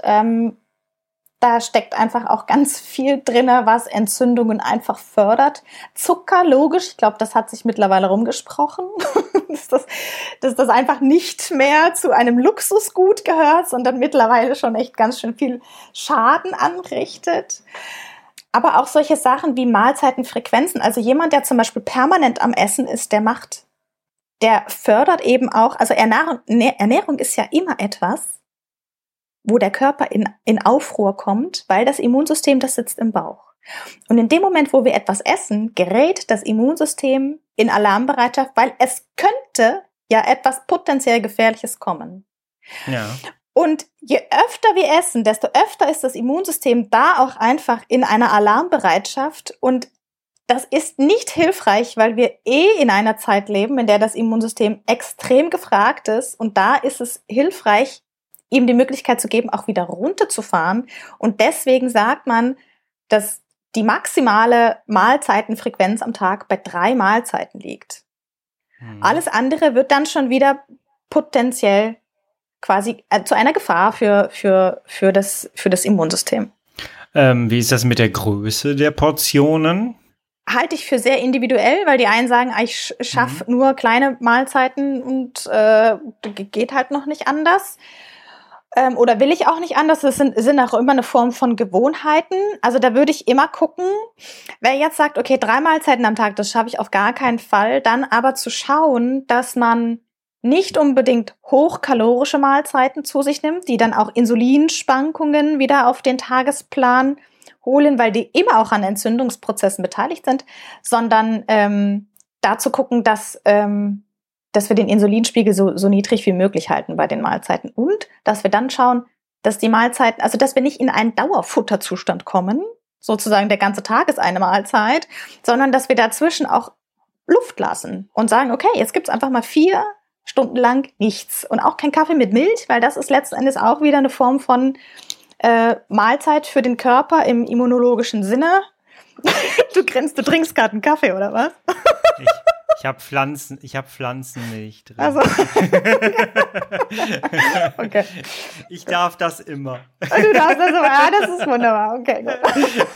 da steckt einfach auch ganz viel drin, was Entzündungen einfach fördert. Zucker, logisch, ich glaube, das hat sich mittlerweile rumgesprochen, dass das einfach nicht mehr zu einem Luxusgut gehört, sondern mittlerweile schon echt ganz schön viel Schaden anrichtet. Aber auch solche Sachen wie Mahlzeitenfrequenzen. Also jemand, der zum Beispiel permanent am Essen ist, der fördert eben auch, also Ernährung ist ja immer etwas, wo der Körper in Aufruhr kommt, weil das Immunsystem, das sitzt im Bauch. Und in dem Moment, wo wir etwas essen, gerät das Immunsystem in Alarmbereitschaft, weil es könnte ja etwas potenziell Gefährliches kommen. Ja. Und je öfter wir essen, desto öfter ist das Immunsystem da auch einfach in einer Alarmbereitschaft und das ist nicht hilfreich, weil wir in einer Zeit leben, in der das Immunsystem extrem gefragt ist. Und da ist es hilfreich, ihm die Möglichkeit zu geben, auch wieder runterzufahren. Und deswegen sagt man, dass die maximale Mahlzeitenfrequenz am Tag bei 3 Mahlzeiten liegt. Alles andere wird dann schon wieder potenziell quasi zu einer Gefahr für das Immunsystem. Wie ist das mit der Größe der Portionen? Halte ich für sehr individuell, weil die einen sagen, ich schaffe nur kleine Mahlzeiten und geht halt noch nicht anders. Oder will ich auch nicht anders. Das sind auch immer eine Form von Gewohnheiten. Also da würde ich immer gucken, wer jetzt sagt, okay, 3 Mahlzeiten am Tag, das schaffe ich auf gar keinen Fall. Dann aber zu schauen, dass man nicht unbedingt hochkalorische Mahlzeiten zu sich nimmt, die dann auch Insulinschwankungen wieder auf den Tagesplan holen, weil die immer auch an Entzündungsprozessen beteiligt sind, sondern da zu gucken, dass wir den Insulinspiegel so niedrig wie möglich halten bei den Mahlzeiten und dass wir dann schauen, dass die Mahlzeiten, also dass wir nicht in einen Dauerfutterzustand kommen, sozusagen der ganze Tag ist eine Mahlzeit, sondern dass wir dazwischen auch Luft lassen und sagen, okay, jetzt gibt's einfach mal 4 Stunden lang nichts und auch kein Kaffee mit Milch, weil das ist letzten Endes auch wieder eine Form von Mahlzeit für den Körper im immunologischen Sinne. Du grinst, du trinkst gerade einen Kaffee, oder was? Ich habe Pflanzenmilch drin. Also. Okay. Ich darf das immer. Du darfst das immer. Ja, das ist wunderbar. Okay, gut.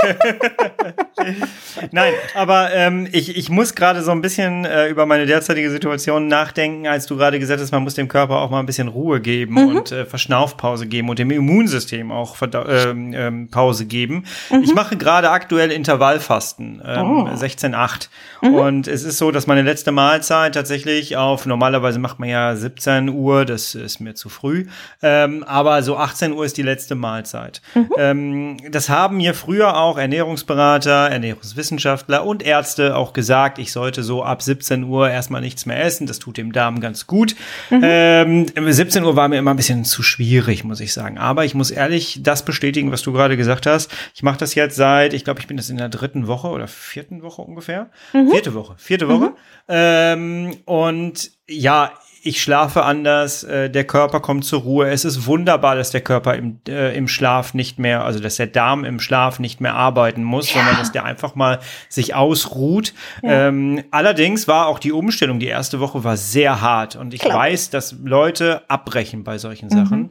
Nein, aber ich muss gerade so ein bisschen über meine derzeitige Situation nachdenken, als du gerade gesagt hast, man muss dem Körper auch mal ein bisschen Ruhe geben und Verschnaufpause geben und dem Immunsystem auch Pause geben. Ich mache gerade aktuell Intervallfasten, 16:8. Und es ist so, dass meine letzte Mahlzeit tatsächlich normalerweise macht man ja 17 Uhr, das ist mir zu früh, aber so 18 Uhr ist die letzte Mahlzeit. Das haben mir früher auch Ernährungsberater, Ernährungswissenschaftler und Ärzte auch gesagt, ich sollte so ab 17 Uhr erstmal nichts mehr essen, das tut dem Darm ganz gut. 17 Uhr war mir immer ein bisschen zu schwierig, muss ich sagen, aber ich muss ehrlich das bestätigen, was du gerade gesagt hast. Ich mache das jetzt seit, ich glaube, ich bin das in der 3. Woche oder 4. Woche ungefähr. 4. Woche. Und ja, ich schlafe anders, der Körper kommt zur Ruhe. Es ist wunderbar, dass der Körper im Schlaf nicht mehr, also dass der Darm im Schlaf nicht mehr arbeiten muss, sondern dass der einfach mal sich ausruht. Ja. Allerdings war auch die Umstellung, die erste Woche war sehr hart und ich weiß, dass Leute abbrechen bei solchen Sachen.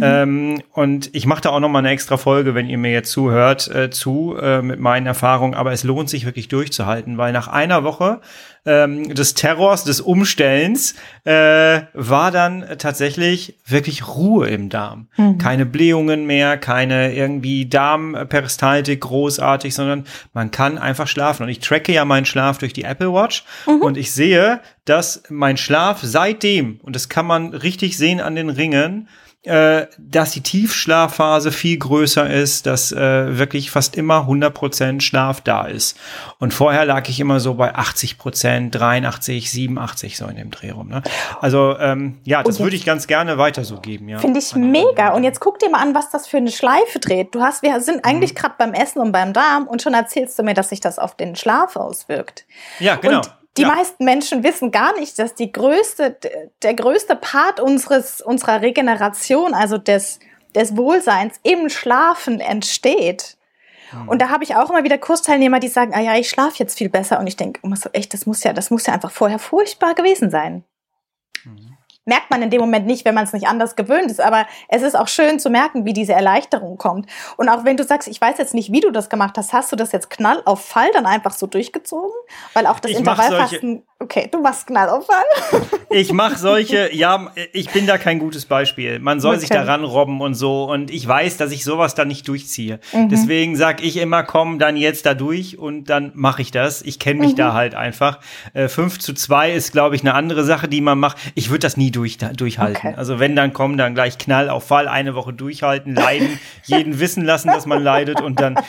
Und ich mache da auch noch mal eine extra Folge, wenn ihr mir jetzt zuhört, mit meinen Erfahrungen, aber es lohnt sich wirklich durchzuhalten, weil nach einer Woche des Terrors, des Umstellens, war dann tatsächlich wirklich Ruhe im Darm. Keine Blähungen mehr, keine irgendwie Darmperistaltik großartig, sondern man kann einfach schlafen. Und ich tracke ja meinen Schlaf durch die Apple Watch und ich sehe, dass mein Schlaf seitdem, und das kann man richtig sehen an den Ringen, dass die Tiefschlafphase viel größer ist, dass wirklich fast immer 100% Schlaf da ist. Und vorher lag ich immer so bei 80%, 83, 87, so in dem Dreh rum. Ne? Also ja, das würde ich ganz gerne weiter so geben. Ja. Finde ich mega. Und jetzt guck dir mal an, was das für eine Schleife dreht. Wir sind eigentlich gerade beim Essen und beim Darm und schon erzählst du mir, dass sich das auf den Schlaf auswirkt. Ja, genau. Und die meisten Menschen wissen gar nicht, dass der größte Part unserer Regeneration, also des Wohlseins im Schlafen entsteht. Und da habe ich auch immer wieder Kursteilnehmer, die sagen, ich schlafe jetzt viel besser. Und ich denke, das muss ja einfach vorher furchtbar gewesen sein. Merkt man in dem Moment nicht, wenn man es nicht anders gewöhnt ist. Aber es ist auch schön zu merken, wie diese Erleichterung kommt. Und auch wenn du sagst, ich weiß jetzt nicht, wie du das gemacht hast, hast du das jetzt Knall auf Fall dann einfach so durchgezogen? Weil auch das Intervallfasten, okay, du machst Knall auf Fall. Ich mache solche, ich bin da kein gutes Beispiel. Man soll sich da ranrobben und so. Und ich weiß, dass ich sowas da nicht durchziehe. Deswegen sag ich immer, komm dann jetzt da durch und dann mache ich das. Ich kenne mich da halt einfach. 5:2 ist, glaube ich, eine andere Sache, die man macht. Ich würde das nie durchhalten. Okay. Also wenn, dann kommen, dann gleich Knall auf Fall, eine Woche durchhalten, leiden, jeden wissen lassen, dass man leidet und dann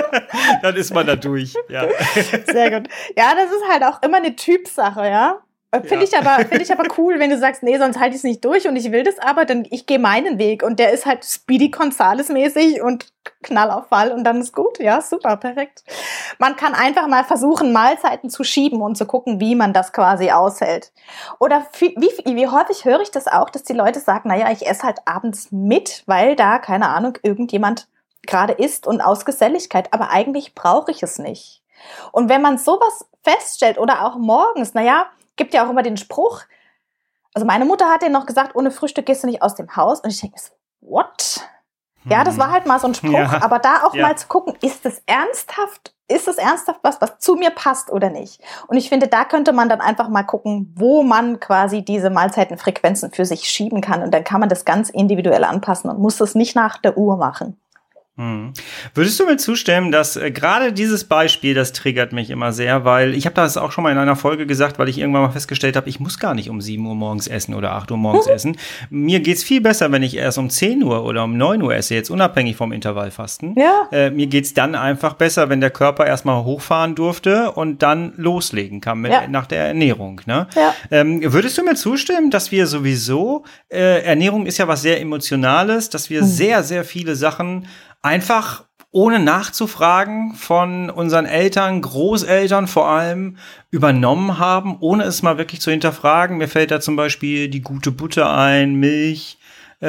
dann ist man da durch. Ja. Sehr gut. Ja, das ist halt auch immer eine Typsache, ja. Finde ich aber cool, wenn du sagst, nee, sonst halte ich es nicht durch und ich will das aber, dann ich gehe meinen Weg und der ist halt Speedy Gonzales-mäßig und Knall auf Fall und dann ist gut. Ja, super, perfekt. Man kann einfach mal versuchen, Mahlzeiten zu schieben und zu gucken, wie man das quasi aushält. Oder wie häufig höre ich das auch, dass die Leute sagen, naja, ich esse halt abends mit, weil da, keine Ahnung, irgendjemand gerade isst und aus Geselligkeit, aber eigentlich brauche ich es nicht. Und wenn man sowas feststellt oder auch morgens, naja, gibt ja auch immer den Spruch, also meine Mutter hat ja noch gesagt, ohne Frühstück gehst du nicht aus dem Haus. Und ich denke mir so, what? Ja, das war halt mal so ein Spruch, aber da auch mal zu gucken, ist das ernsthaft was zu mir passt oder nicht? Und ich finde, da könnte man dann einfach mal gucken, wo man quasi diese Mahlzeitenfrequenzen für sich schieben kann. Und dann kann man das ganz individuell anpassen und muss das nicht nach der Uhr machen. Würdest du mir zustimmen, dass gerade dieses Beispiel, das triggert mich immer sehr, weil ich habe das auch schon mal in einer Folge gesagt, weil ich irgendwann mal festgestellt habe, ich muss gar nicht um 7 Uhr morgens essen oder 8 Uhr morgens essen. Mir geht's viel besser, wenn ich erst um 10 Uhr oder um 9 Uhr esse, jetzt unabhängig vom Intervallfasten. Ja. Mir geht's dann einfach besser, wenn der Körper erstmal hochfahren durfte und dann loslegen kann nach der Ernährung. Ne? Ja. Würdest du mir zustimmen, dass wir sowieso, Ernährung ist ja was sehr Emotionales, dass wir sehr, sehr viele Sachen einfach ohne nachzufragen von unseren Eltern, Großeltern vor allem übernommen haben, ohne es mal wirklich zu hinterfragen. Mir fällt da zum Beispiel die gute Butter ein, Milch,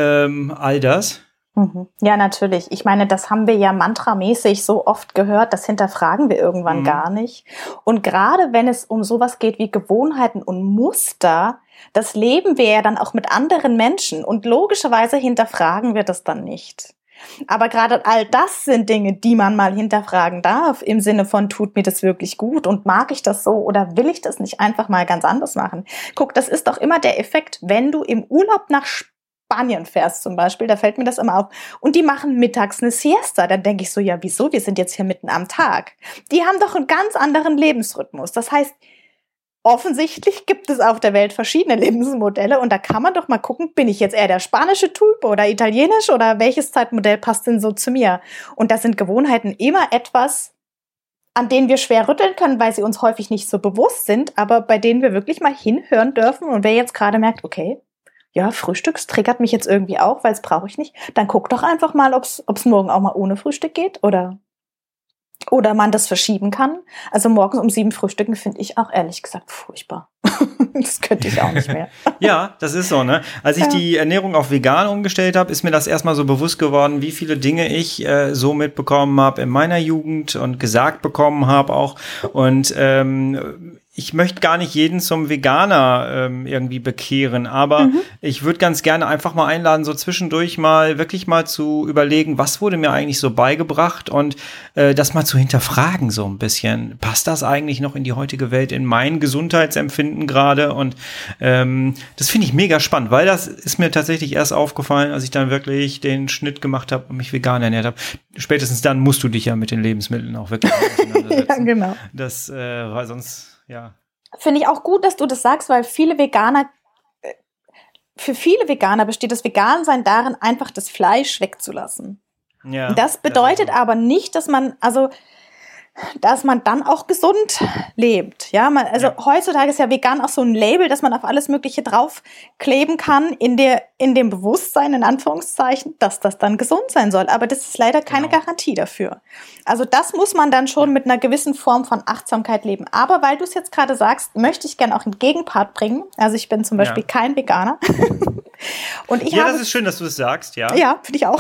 all das. Ja, natürlich. Ich meine, das haben wir ja mantramäßig so oft gehört, das hinterfragen wir irgendwann gar nicht. Und gerade wenn es um sowas geht wie Gewohnheiten und Muster, das leben wir ja dann auch mit anderen Menschen und logischerweise hinterfragen wir das dann nicht. Aber gerade all das sind Dinge, die man mal hinterfragen darf, im Sinne von, tut mir das wirklich gut und mag ich das so oder will ich das nicht einfach mal ganz anders machen? Guck, das ist doch immer der Effekt, wenn du im Urlaub nach Spanien fährst zum Beispiel, da fällt mir das immer auf, und die machen mittags eine Siesta, dann denke ich so, ja wieso, wir sind jetzt hier mitten am Tag. Die haben doch einen ganz anderen Lebensrhythmus, das heißt, offensichtlich gibt es auf der Welt verschiedene Lebensmodelle und da kann man doch mal gucken, bin ich jetzt eher der spanische Typ oder italienisch oder welches Zeitmodell passt denn so zu mir? Und da sind Gewohnheiten immer etwas, an denen wir schwer rütteln können, weil sie uns häufig nicht so bewusst sind, aber bei denen wir wirklich mal hinhören dürfen. Und wer jetzt gerade merkt, okay, ja, Frühstücks triggert mich jetzt irgendwie auch, weil es brauche ich nicht, dann guck doch einfach mal, ob es morgen auch mal ohne Frühstück geht oder man das verschieben kann. Also morgens um 7 frühstücken finde ich auch ehrlich gesagt furchtbar. Das könnte ich auch nicht mehr. Ja, das ist so, ne? Als ich die Ernährung auf vegan umgestellt habe, ist mir das erstmal so bewusst geworden, wie viele Dinge ich so mitbekommen habe in meiner Jugend und gesagt bekommen habe auch. Und ich möchte gar nicht jeden zum Veganer irgendwie bekehren, aber ich würde ganz gerne einfach mal einladen, so zwischendurch mal wirklich mal zu überlegen, was wurde mir eigentlich so beigebracht und das mal zu hinterfragen so ein bisschen. Passt das eigentlich noch in die heutige Welt, in mein Gesundheitsempfinden gerade? Und das finde ich mega spannend, weil das ist mir tatsächlich erst aufgefallen, als ich dann wirklich den Schnitt gemacht habe und mich vegan ernährt habe. Spätestens dann musst du dich ja mit den Lebensmitteln auch wirklich auseinandersetzen. Ja, genau. Das war sonst... Ja. Finde ich auch gut, dass du das sagst, weil für viele Veganer besteht das Vegansein darin, einfach das Fleisch wegzulassen. Ja, das bedeutet aber nicht, dass man dann auch gesund lebt. Ja, heutzutage ist ja vegan auch so ein Label, dass man auf alles Mögliche draufkleben kann, in dem Bewusstsein, in Anführungszeichen, dass das dann gesund sein soll. Aber das ist leider keine Garantie dafür. Also das muss man dann schon mit einer gewissen Form von Achtsamkeit leben. Aber weil du es jetzt gerade sagst, möchte ich gerne auch einen Gegenpart bringen. Also ich bin zum Beispiel kein Veganer. Und das ist schön, dass du es sagst, ja. Ja, finde ich auch.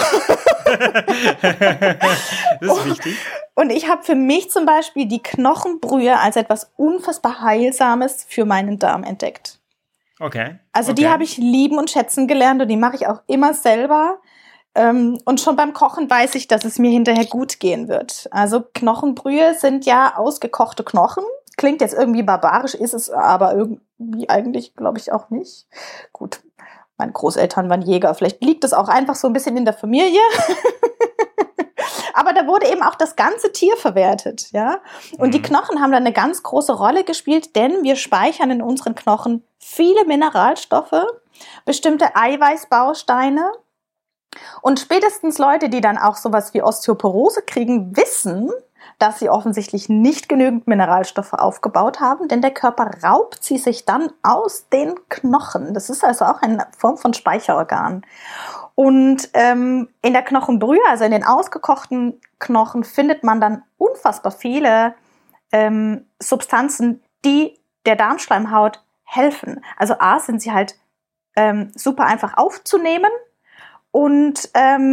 Das ist wichtig. Und ich habe für mich zum Beispiel die Knochenbrühe als etwas unfassbar Heilsames für meinen Darm entdeckt. Okay. Also die habe ich lieben und schätzen gelernt und die mache ich auch immer selber. Und schon beim Kochen weiß ich, dass es mir hinterher gut gehen wird. Also Knochenbrühe sind ja ausgekochte Knochen. Klingt jetzt irgendwie barbarisch, ist es aber irgendwie eigentlich, glaube ich, auch nicht. Gut, meine Großeltern waren Jäger. Vielleicht liegt es auch einfach so ein bisschen in der Familie. Aber da wurde eben auch das ganze Tier verwertet, ja. Und die Knochen haben da eine ganz große Rolle gespielt, denn wir speichern in unseren Knochen viele Mineralstoffe, bestimmte Eiweißbausteine. Und spätestens Leute, die dann auch sowas wie Osteoporose kriegen, wissen, dass sie offensichtlich nicht genügend Mineralstoffe aufgebaut haben, denn der Körper raubt sie sich dann aus den Knochen. Das ist also auch eine Form von Speicherorgan. Und in der Knochenbrühe, also in den ausgekochten Knochen, findet man dann unfassbar viele Substanzen, die der Darmschleimhaut helfen. Also A, sind sie halt super einfach aufzunehmen und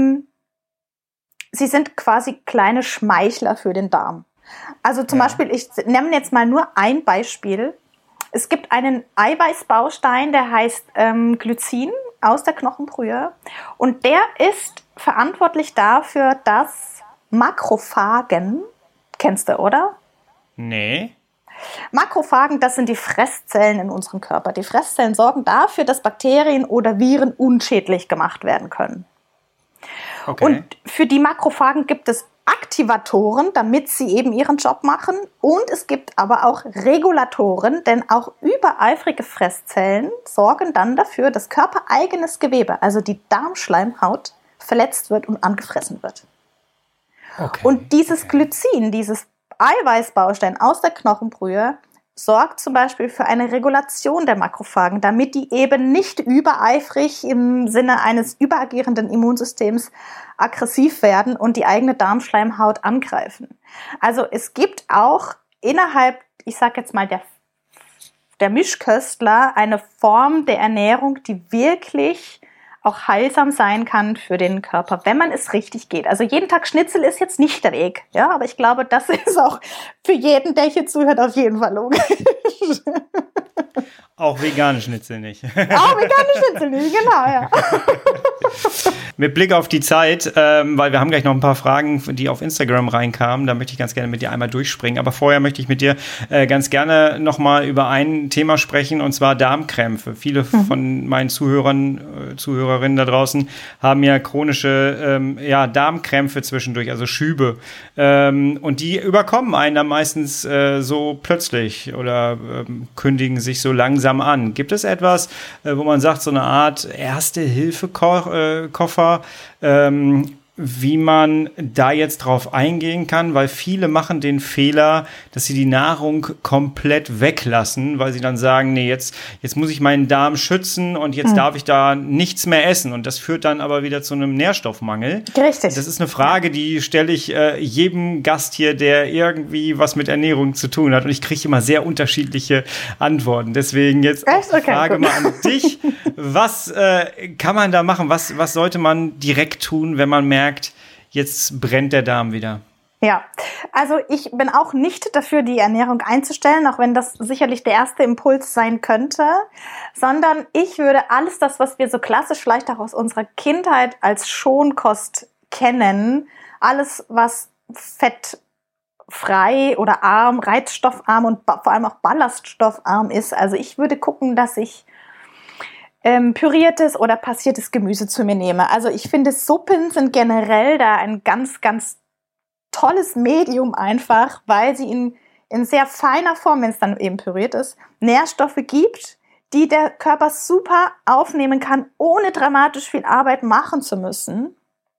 sie sind quasi kleine Schmeichler für den Darm. Also zum Beispiel, ich nenne jetzt mal nur ein Beispiel. Es gibt einen Eiweißbaustein, der heißt Glycin aus der Knochenbrühe. Und der ist verantwortlich dafür, dass Makrophagen, kennst du, oder? Nee. Makrophagen, das sind die Fresszellen in unserem Körper. Die Fresszellen sorgen dafür, dass Bakterien oder Viren unschädlich gemacht werden können. Okay. Und für die Makrophagen gibt es Aktivatoren, damit sie eben ihren Job machen. Und es gibt aber auch Regulatoren, denn auch übereifrige Fresszellen sorgen dann dafür, dass körpereigenes Gewebe, also die Darmschleimhaut, verletzt wird und angefressen wird. Okay. Und dieses Glycin, dieses Eiweißbaustein aus der Knochenbrühe, sorgt zum Beispiel für eine Regulation der Makrophagen, damit die eben nicht übereifrig im Sinne eines überagierenden Immunsystems aggressiv werden und die eigene Darmschleimhaut angreifen. Also es gibt auch innerhalb, ich sage jetzt mal, der Mischköstler eine Form der Ernährung, die wirklich auch heilsam sein kann für den Körper, wenn man es richtig geht. Also jeden Tag Schnitzel ist jetzt nicht der Weg, ja, aber ich glaube, das ist auch für jeden, der hier zuhört, auf jeden Fall logisch. Auch vegane Schnitzel nicht. Auch vegane Schnitzel nicht, genau, ja. Mit Blick auf die Zeit, weil wir haben gleich noch ein paar Fragen, die auf Instagram reinkamen, da möchte ich ganz gerne mit dir einmal durchspringen. Aber vorher möchte ich mit dir ganz gerne nochmal über ein Thema sprechen, und zwar Darmkrämpfe. Viele von meinen Zuhörerinnen da draußen haben ja chronische Darmkrämpfe zwischendurch, also Schübe. Und die überkommen einen dann meistens so plötzlich oder kündigen sich so langsam an. Gibt es etwas, wo man sagt, so eine Art Erste-Hilfe-Koffer, wie man da jetzt drauf eingehen kann, weil viele machen den Fehler, dass sie die Nahrung komplett weglassen, weil sie dann sagen, nee, jetzt muss ich meinen Darm schützen und jetzt darf ich da nichts mehr essen, und das führt dann aber wieder zu einem Nährstoffmangel. Richtig. Das ist eine Frage, die stelle ich jedem Gast hier, der irgendwie was mit Ernährung zu tun hat, und ich kriege immer sehr unterschiedliche Antworten. Deswegen jetzt die Frage mal an dich, was kann man da machen, was sollte man direkt tun, wenn man merkt, jetzt brennt der Darm wieder? Ja, also ich bin auch nicht dafür, die Ernährung einzustellen, auch wenn das sicherlich der erste Impuls sein könnte, sondern ich würde alles das, was wir so klassisch vielleicht auch aus unserer Kindheit als Schonkost kennen, alles, was fettfrei oder arm, reizstoffarm und vor allem auch ballaststoffarm ist, also ich würde gucken, dass ich püriertes oder passiertes Gemüse zu mir nehme. Also ich finde, Suppen sind generell da ein ganz, ganz tolles Medium einfach, weil sie in sehr feiner Form, wenn es dann eben püriert ist, Nährstoffe gibt, die der Körper super aufnehmen kann, ohne dramatisch viel Arbeit machen zu müssen,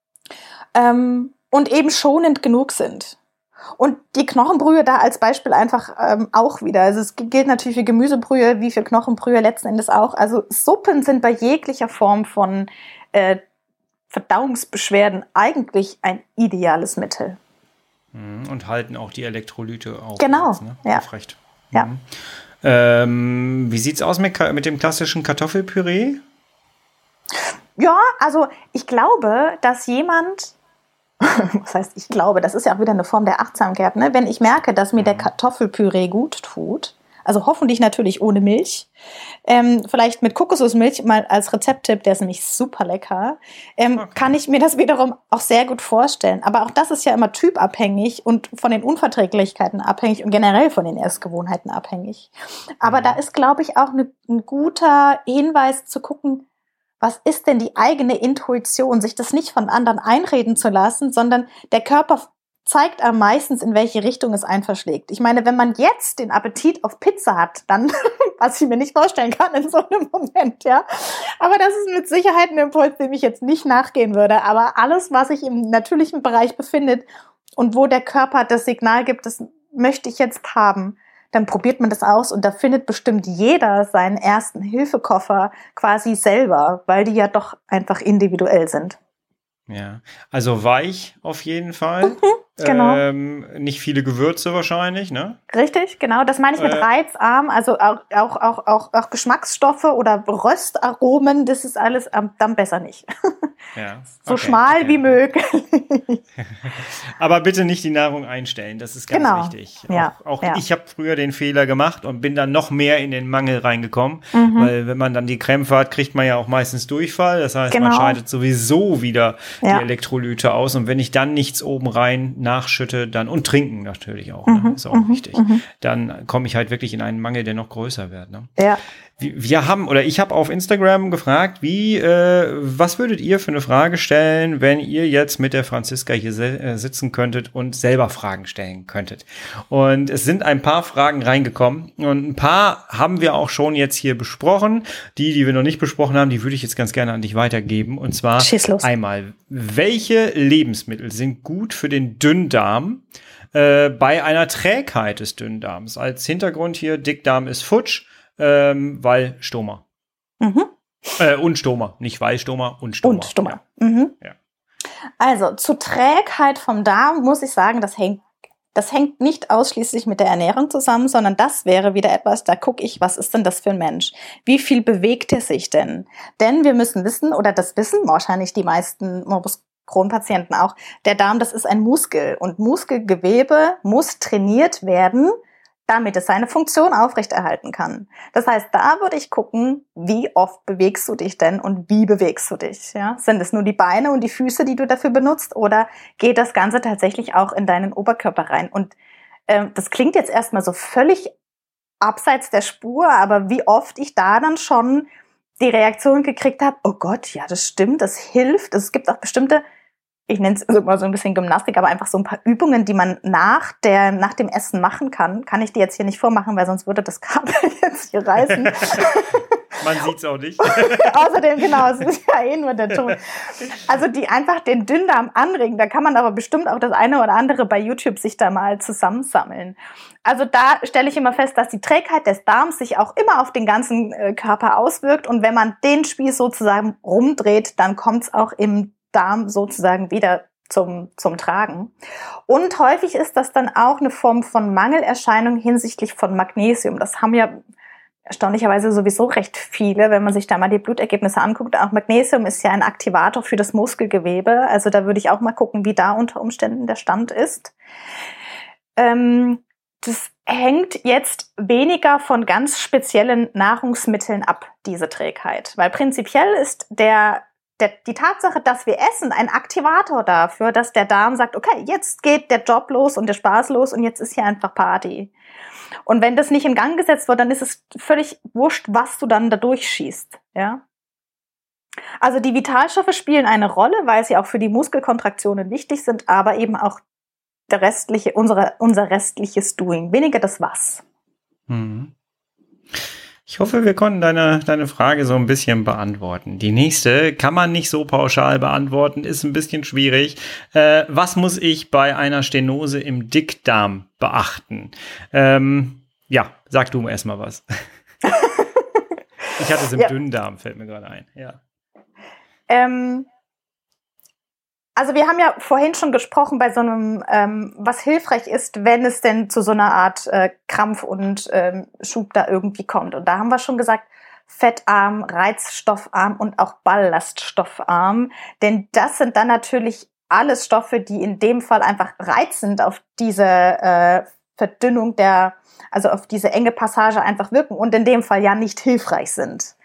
und eben schonend genug sind. Und die Knochenbrühe da als Beispiel einfach auch wieder. Also es gilt natürlich für Gemüsebrühe wie für Knochenbrühe letzten Endes auch. Also Suppen sind bei jeglicher Form von Verdauungsbeschwerden eigentlich ein ideales Mittel. Und halten auch die Elektrolyte auf. Genau, jetzt, ne? ja. Aufrecht. Ja. Wie sieht's aus mit dem klassischen Kartoffelpüree? Ja, also ich glaube, dass jemand... Was heißt, ich glaube, das ist ja auch wieder eine Form der Achtsamkeit, ne? Wenn ich merke, dass mir der Kartoffelpüree gut tut, also hoffentlich natürlich ohne Milch, vielleicht mit Kokosnussmilch mal als Rezepttipp, der ist nämlich super lecker, kann ich mir das wiederum auch sehr gut vorstellen. Aber auch das ist ja immer typabhängig und von den Unverträglichkeiten abhängig und generell von den Essgewohnheiten abhängig. Aber da ist, glaube ich, auch ein guter Hinweis zu gucken, was ist denn die eigene Intuition, sich das nicht von anderen einreden zu lassen, sondern der Körper zeigt am meisten, in welche Richtung es einen verschlägt. Ich meine, wenn man jetzt den Appetit auf Pizza hat, dann, was ich mir nicht vorstellen kann in so einem Moment, ja. Aber das ist mit Sicherheit ein Impuls, dem ich jetzt nicht nachgehen würde. Aber alles, was sich im natürlichen Bereich befindet und wo der Körper das Signal gibt, das möchte ich jetzt haben, dann probiert man das aus und da findet bestimmt jeder seinen ersten Hilfekoffer quasi selber, weil die ja doch einfach individuell sind. Ja, also weich auf jeden Fall. Genau. Nicht viele Gewürze wahrscheinlich, ne? Richtig, genau. Das meine ich mit reizarm. Also auch Geschmacksstoffe oder Röstaromen, das ist alles dann besser nicht. Ja. So schmal wie möglich. Aber bitte nicht die Nahrung einstellen, das ist ganz wichtig. Ja. Auch ich habe früher den Fehler gemacht und bin dann noch mehr in den Mangel reingekommen, weil wenn man dann die Krämpfe hat, kriegt man ja auch meistens Durchfall. Das heißt, man scheidet sowieso wieder die Elektrolyte aus und wenn ich dann nichts oben rein nachschütte, dann und trinken natürlich auch, ne? Ist auch wichtig. Dann komme ich halt wirklich in einen Mangel, der noch größer wird. Ne? Ja. Ich habe auf Instagram gefragt, was würdet ihr für eine Frage stellen, wenn ihr jetzt mit der Franziska hier sitzen könntet und selber Fragen stellen könntet? Und es sind ein paar Fragen reingekommen und ein paar haben wir auch schon jetzt hier besprochen. Die wir noch nicht besprochen haben, die würde ich jetzt ganz gerne an dich weitergeben. Und zwar einmal, welche Lebensmittel sind gut für den Dünndarm bei einer Trägheit des Dünndarms? Als Hintergrund hier, Dickdarm ist futsch. Weil Stoma. Und Stoma. Nicht weil Stoma, und Stoma. Und Stoma. Ja. Ja. Also, zu Trägheit vom Darm muss ich sagen, das hängt nicht ausschließlich mit der Ernährung zusammen, sondern das wäre wieder etwas, da gucke ich, was ist denn das für ein Mensch? Wie viel bewegt er sich denn? Denn wir müssen wissen, oder das wissen wahrscheinlich die meisten Morbus Crohn-Patienten auch, der Darm, das ist ein Muskel und Muskelgewebe muss trainiert werden, damit es seine Funktion aufrechterhalten kann. Das heißt, da würde ich gucken, wie oft bewegst du dich denn und wie bewegst du dich? Ja? Sind es nur die Beine und die Füße, die du dafür benutzt oder geht das Ganze tatsächlich auch in deinen Oberkörper rein? Und das klingt jetzt erstmal so völlig abseits der Spur, aber wie oft ich da dann schon die Reaktion gekriegt habe, oh Gott, ja, das stimmt, das hilft. Es gibt auch bestimmte, ich nenne es immer so ein bisschen Gymnastik, aber einfach so ein paar Übungen, die man nach dem Essen machen kann. Kann ich dir jetzt hier nicht vormachen, weil sonst würde das Kabel jetzt hier reißen. Man sieht's auch nicht. Außerdem, genau, es ist ja nur der Ton. Also die einfach den Dünndarm anregen. Da kann man aber bestimmt auch das eine oder andere bei YouTube sich da mal zusammensammeln. Also da stelle ich immer fest, dass die Trägheit des Darms sich auch immer auf den ganzen Körper auswirkt. Und wenn man den Spieß sozusagen rumdreht, dann kommt's auch im Darm sozusagen wieder zum Tragen. Und häufig ist das dann auch eine Form von Mangelerscheinung hinsichtlich von Magnesium. Das haben ja erstaunlicherweise sowieso recht viele, wenn man sich da mal die Blutergebnisse anguckt. Auch Magnesium ist ja ein Aktivator für das Muskelgewebe. Also da würde ich auch mal gucken, wie da unter Umständen der Stand ist. Das hängt jetzt weniger von ganz speziellen Nahrungsmitteln ab, diese Trägheit. Weil prinzipiell ist die Tatsache, dass wir essen, ein Aktivator dafür, dass der Darm sagt, okay, jetzt geht der Job los und der Spaß los und jetzt ist hier einfach Party. Und wenn das nicht in Gang gesetzt wird, dann ist es völlig wurscht, was du dann da durchschießt, ja. Also die Vitalstoffe spielen eine Rolle, weil sie auch für die Muskelkontraktionen wichtig sind, aber eben auch unser restliches Doing, weniger das Was. Ich hoffe, wir konnten deine Frage so ein bisschen beantworten. Die nächste kann man nicht so pauschal beantworten, ist ein bisschen schwierig. Was muss ich bei einer Stenose im Dickdarm beachten? Ja, sag du erstmal was. Ich hatte es im Dünndarm, fällt mir gerade ein. Ja. Also wir haben ja vorhin schon gesprochen bei so einem, was hilfreich ist, wenn es denn zu so einer Art Krampf und Schub da irgendwie kommt. Und da haben wir schon gesagt, fettarm, reizstoffarm und auch ballaststoffarm. Denn das sind dann natürlich alles Stoffe, die in dem Fall einfach reizend auf diese Verdünnung also auf diese enge Passage einfach wirken und in dem Fall ja nicht hilfreich sind.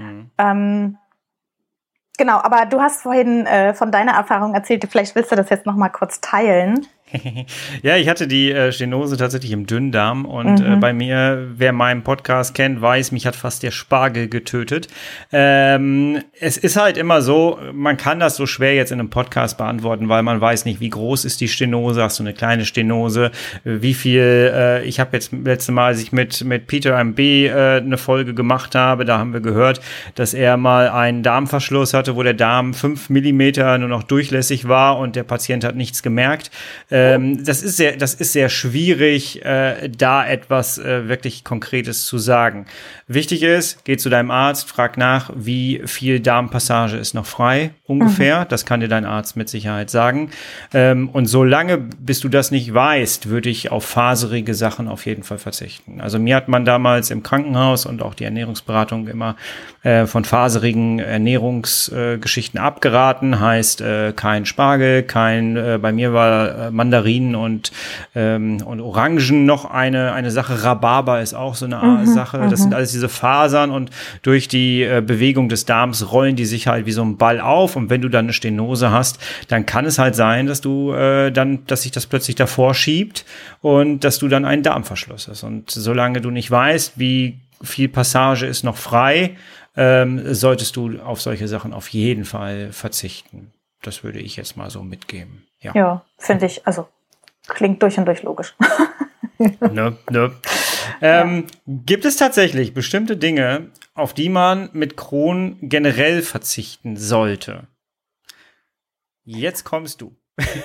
Genau, aber du hast vorhin von deiner Erfahrung erzählt, vielleicht willst du das jetzt noch mal kurz teilen. Ja, ich hatte die Stenose tatsächlich im Dünndarm und bei mir, wer meinen Podcast kennt, weiß, mich hat fast der Spargel getötet. Es ist halt immer so, man kann das so schwer jetzt in einem Podcast beantworten, weil man weiß nicht, wie groß ist die Stenose, hast du eine kleine Stenose, wie viel, ich habe jetzt letzte Mal, als ich mit Peter MB eine Folge gemacht habe, da haben wir gehört, dass er mal einen Darmverschluss hatte, wo der Darm 5 Millimeter nur noch durchlässig war und der Patient hat nichts gemerkt. Das ist sehr schwierig, da etwas wirklich Konkretes zu sagen. Wichtig ist, geh zu deinem Arzt, frag nach, wie viel Darmpassage ist noch frei, ungefähr. Das kann dir dein Arzt mit Sicherheit sagen. Und solange, bis du das nicht weißt, würde ich auf faserige Sachen auf jeden Fall verzichten. Also mir hat man damals im Krankenhaus und auch die Ernährungsberatung immer von faserigen Ernährungsgeschichten abgeraten. Heißt, kein Spargel, bei mir war Mandarinen und Orangen noch eine Sache. Rhabarber ist auch so eine Sache. Das sind alles diese Fasern und durch die Bewegung des Darms rollen die sich halt wie so ein Ball auf. Und wenn du dann eine Stenose hast, dann kann es halt sein, dass dass sich das plötzlich davor schiebt und dass du dann einen Darmverschluss hast. Und solange du nicht weißt, wie viel Passage ist noch frei, solltest du auf solche Sachen auf jeden Fall verzichten. Das würde ich jetzt mal so mitgeben. Ja, finde ich, also klingt durch und durch logisch. Ne. Gibt es tatsächlich bestimmte Dinge, auf die man mit Crohn generell verzichten sollte? Jetzt kommst du.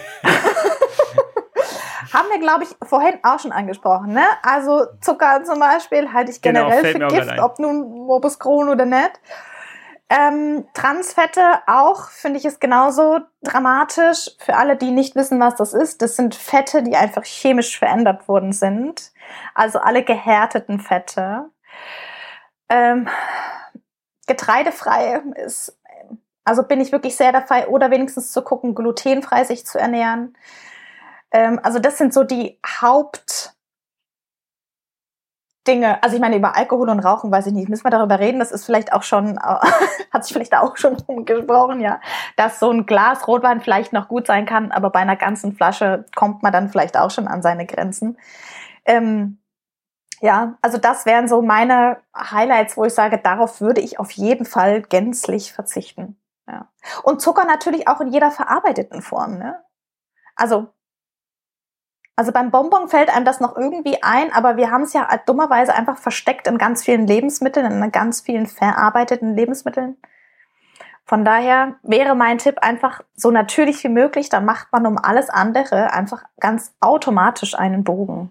Haben wir, glaube ich, vorhin auch schon angesprochen, ne? Also Zucker zum Beispiel halte ich generell für Gift, ob nun Morbus Crohn oder nicht. Transfette auch, finde ich, ist genauso dramatisch. Für alle, die nicht wissen, was das ist, das sind Fette, die einfach chemisch verändert worden sind. Also alle gehärteten Fette. Getreidefrei ist, also bin ich wirklich sehr dabei, oder wenigstens zu gucken, glutenfrei sich zu ernähren. Also das sind so die Hauptdinge. Also ich meine, über Alkohol und Rauchen weiß ich nicht, müssen wir darüber reden, das ist vielleicht auch schon, hat sich vielleicht auch schon rumgesprochen, ja, dass so ein Glas Rotwein vielleicht noch gut sein kann, aber bei einer ganzen Flasche kommt man dann vielleicht auch schon an seine Grenzen. Ja, also das wären so meine Highlights, wo ich sage, darauf würde ich auf jeden Fall gänzlich verzichten. Ja. Und Zucker natürlich auch in jeder verarbeiteten Form, ne? Also beim Bonbon fällt einem das noch irgendwie ein, aber wir haben es ja dummerweise einfach versteckt in ganz vielen Lebensmitteln, in ganz vielen verarbeiteten Lebensmitteln. Von daher wäre mein Tipp einfach so natürlich wie möglich, dann macht man um alles andere einfach ganz automatisch einen Bogen.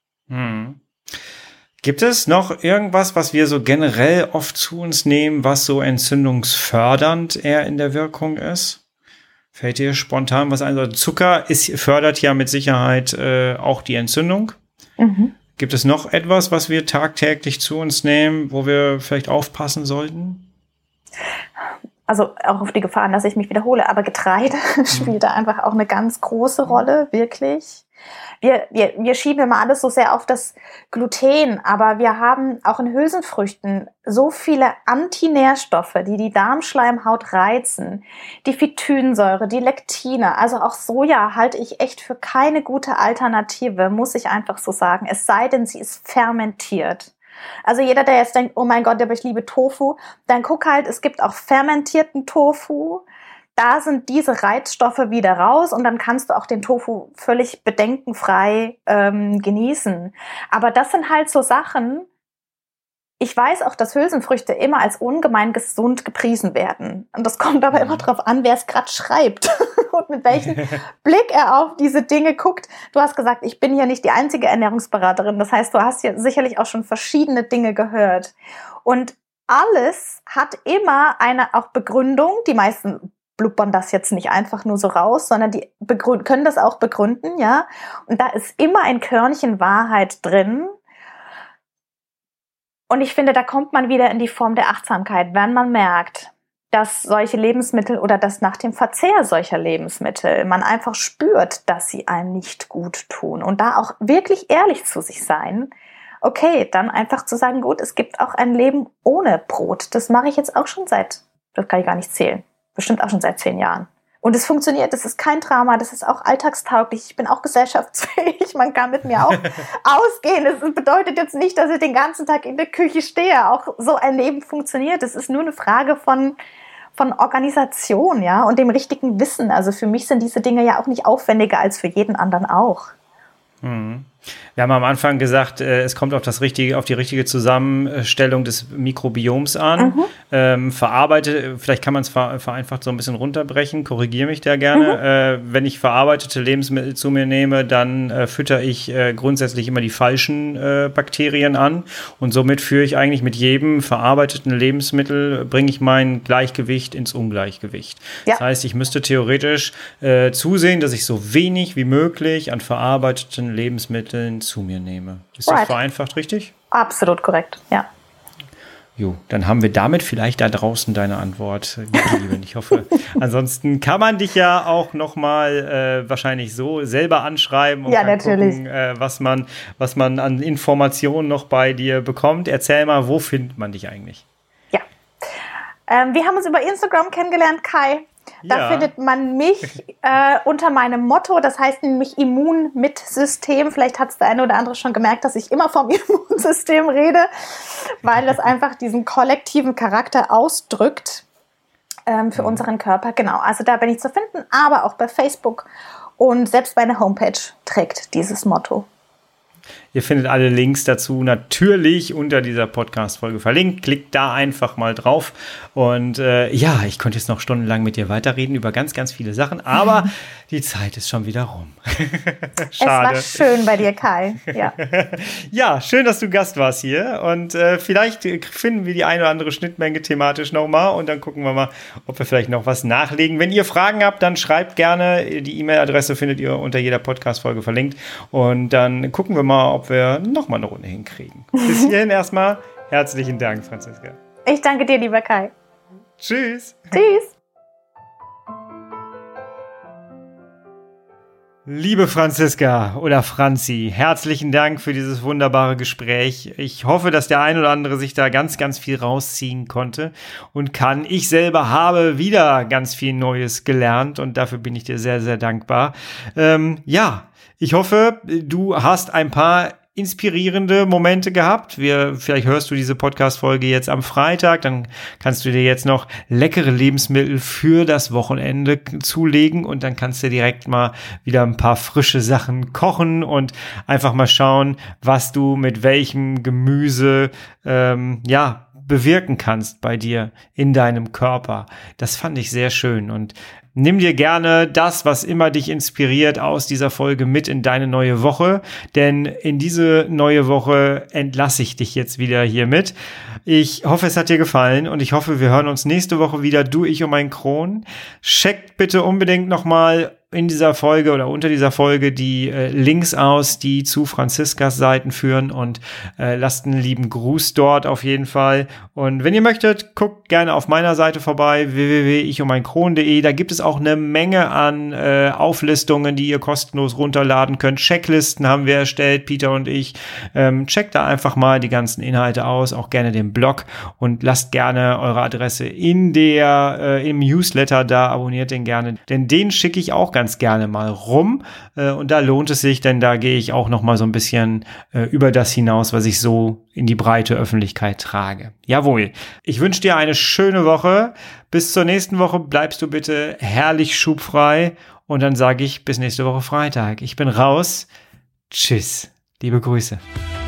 Gibt es noch irgendwas, was wir so generell oft zu uns nehmen, was so entzündungsfördernd eher in der Wirkung ist? Fällt dir spontan was ein? Also Zucker fördert ja mit Sicherheit auch die Entzündung. Gibt es noch etwas, was wir tagtäglich zu uns nehmen, wo wir vielleicht aufpassen sollten? Also auch auf die Gefahren, dass ich mich wiederhole, aber Getreide spielt da einfach auch eine ganz große Rolle, wirklich. Wir schieben immer alles so sehr auf das Gluten, aber wir haben auch in Hülsenfrüchten so viele Antinährstoffe, die die Darmschleimhaut reizen. Die Phytinsäure, die Lektine, also auch Soja halte ich echt für keine gute Alternative, muss ich einfach so sagen. Es sei denn, sie ist fermentiert. Also jeder, der jetzt denkt, oh mein Gott, aber ich liebe Tofu, dann guck halt, es gibt auch fermentierten Tofu. Da sind diese Reizstoffe wieder raus und dann kannst du auch den Tofu völlig bedenkenfrei genießen. Aber das sind halt so Sachen, ich weiß auch, dass Hülsenfrüchte immer als ungemein gesund gepriesen werden. Und das kommt aber immer drauf an, wer es gerade schreibt und mit welchem Blick er auf diese Dinge guckt. Du hast gesagt, ich bin hier nicht die einzige Ernährungsberaterin. Das heißt, du hast hier sicherlich auch schon verschiedene Dinge gehört. Und alles hat immer eine auch Begründung. Die meisten blubbern das jetzt nicht einfach nur so raus, sondern die können das auch begründen, ja. Und da ist immer ein Körnchen Wahrheit drin. Und ich finde, da kommt man wieder in die Form der Achtsamkeit, wenn man merkt, dass solche Lebensmittel oder dass nach dem Verzehr solcher Lebensmittel man einfach spürt, dass sie einem nicht gut tun. Und da auch wirklich ehrlich zu sich sein. Okay, dann einfach zu sagen, gut, es gibt auch ein Leben ohne Brot. Das mache ich jetzt auch schon das kann ich gar nicht zählen. Bestimmt auch schon seit 10 Jahren. Und es funktioniert, das ist kein Drama, das ist auch alltagstauglich. Ich bin auch gesellschaftsfähig, man kann mit mir auch ausgehen. Das bedeutet jetzt nicht, dass ich den ganzen Tag in der Küche stehe. Auch so ein Leben funktioniert. Es ist nur eine Frage von Organisation, ja, und dem richtigen Wissen. Also für mich sind diese Dinge ja auch nicht aufwendiger als für jeden anderen auch. Wir haben am Anfang gesagt, es kommt auf die richtige Zusammenstellung des Mikrobioms an. Vielleicht kann man es vereinfacht so ein bisschen runterbrechen, korrigiere mich da gerne. Wenn ich verarbeitete Lebensmittel zu mir nehme, dann fütter ich grundsätzlich immer die falschen Bakterien an und somit führe ich eigentlich mit jedem verarbeiteten Lebensmittel, bringe ich mein Gleichgewicht ins Ungleichgewicht. Ja. Das heißt, ich müsste theoretisch zusehen, dass ich so wenig wie möglich an verarbeiteten Lebensmitteln zu mir nehme. Ist das vereinfacht richtig? Absolut korrekt, ja. Jo, dann haben wir damit vielleicht da draußen deine Antwort, Liebe. Ich hoffe, ansonsten kann man dich ja auch nochmal wahrscheinlich so selber anschreiben und kann gucken, was man an Informationen noch bei dir bekommt. Erzähl mal, wo findet man dich eigentlich? Ja, wir haben uns über Instagram kennengelernt, Kai. Da findet man mich unter meinem Motto, das heißt nämlich Immun mit System. Vielleicht hat es der eine oder andere schon gemerkt, dass ich immer vom Immunsystem rede, weil das einfach diesen kollektiven Charakter ausdrückt für unseren Körper. Genau, also da bin ich zu finden, aber auch bei Facebook und selbst meine Homepage trägt dieses Motto. Ihr findet alle Links dazu natürlich unter dieser Podcast-Folge verlinkt. Klickt da einfach mal drauf. Und ich könnte jetzt noch stundenlang mit dir weiterreden über ganz, ganz viele Sachen, aber die Zeit ist schon wieder rum. Schade. Es war schön bei dir, Kai. Ja. Ja, schön, dass du Gast warst hier. Und vielleicht finden wir die eine oder andere Schnittmenge thematisch nochmal und dann gucken wir mal, ob wir vielleicht noch was nachlegen. Wenn ihr Fragen habt, dann schreibt gerne. Die E-Mail-Adresse findet ihr unter jeder Podcast-Folge verlinkt. Und dann gucken wir mal, ob wir nochmal eine Runde hinkriegen. Bis hierhin erstmal herzlichen Dank, Franziska. Ich danke dir, lieber Kai. Tschüss. Tschüss. Liebe Franziska oder Franzi, herzlichen Dank für dieses wunderbare Gespräch. Ich hoffe, dass der ein oder andere sich da ganz, ganz viel rausziehen konnte und kann. Ich selber habe wieder ganz viel Neues gelernt und dafür bin ich dir sehr, sehr dankbar. Ich hoffe, du hast ein paar inspirierende Momente gehabt. Vielleicht hörst du diese Podcast-Folge jetzt am Freitag, dann kannst du dir jetzt noch leckere Lebensmittel für das Wochenende zulegen und dann kannst du direkt mal wieder ein paar frische Sachen kochen und einfach mal schauen, was du mit welchem Gemüse bewirken kannst bei dir in deinem Körper. Das fand ich sehr schön und nimm dir gerne das, was immer dich inspiriert, aus dieser Folge mit in deine neue Woche, denn in diese neue Woche entlasse ich dich jetzt wieder hier mit. Ich hoffe, es hat dir gefallen und ich hoffe, wir hören uns nächste Woche wieder, du, ich und mein Kron. Checkt bitte unbedingt nochmal in dieser Folge oder unter dieser Folge die Links aus, die zu Franziskas Seiten führen und lasst einen lieben Gruß dort auf jeden Fall. Und wenn ihr möchtet, guckt gerne auf meiner Seite vorbei, www.ichundmeinkron.de. Da gibt es auch eine Menge an Auflistungen, die ihr kostenlos runterladen könnt. Checklisten haben wir erstellt, Peter und ich. Checkt da einfach mal die ganzen Inhalte aus, auch gerne den Blog und lasst gerne eure Adresse in im Newsletter da, abonniert den gerne, denn den schicke ich auch ganz gerne mal rum und da lohnt es sich, denn da gehe ich auch noch mal so ein bisschen über das hinaus, was ich so in die breite Öffentlichkeit trage. Jawohl. Ich wünsche dir eine schöne Woche. Bis zur nächsten Woche bleibst du bitte herrlich schubfrei und dann sage ich bis nächste Woche Freitag. Ich bin raus. Tschüss. Liebe Grüße.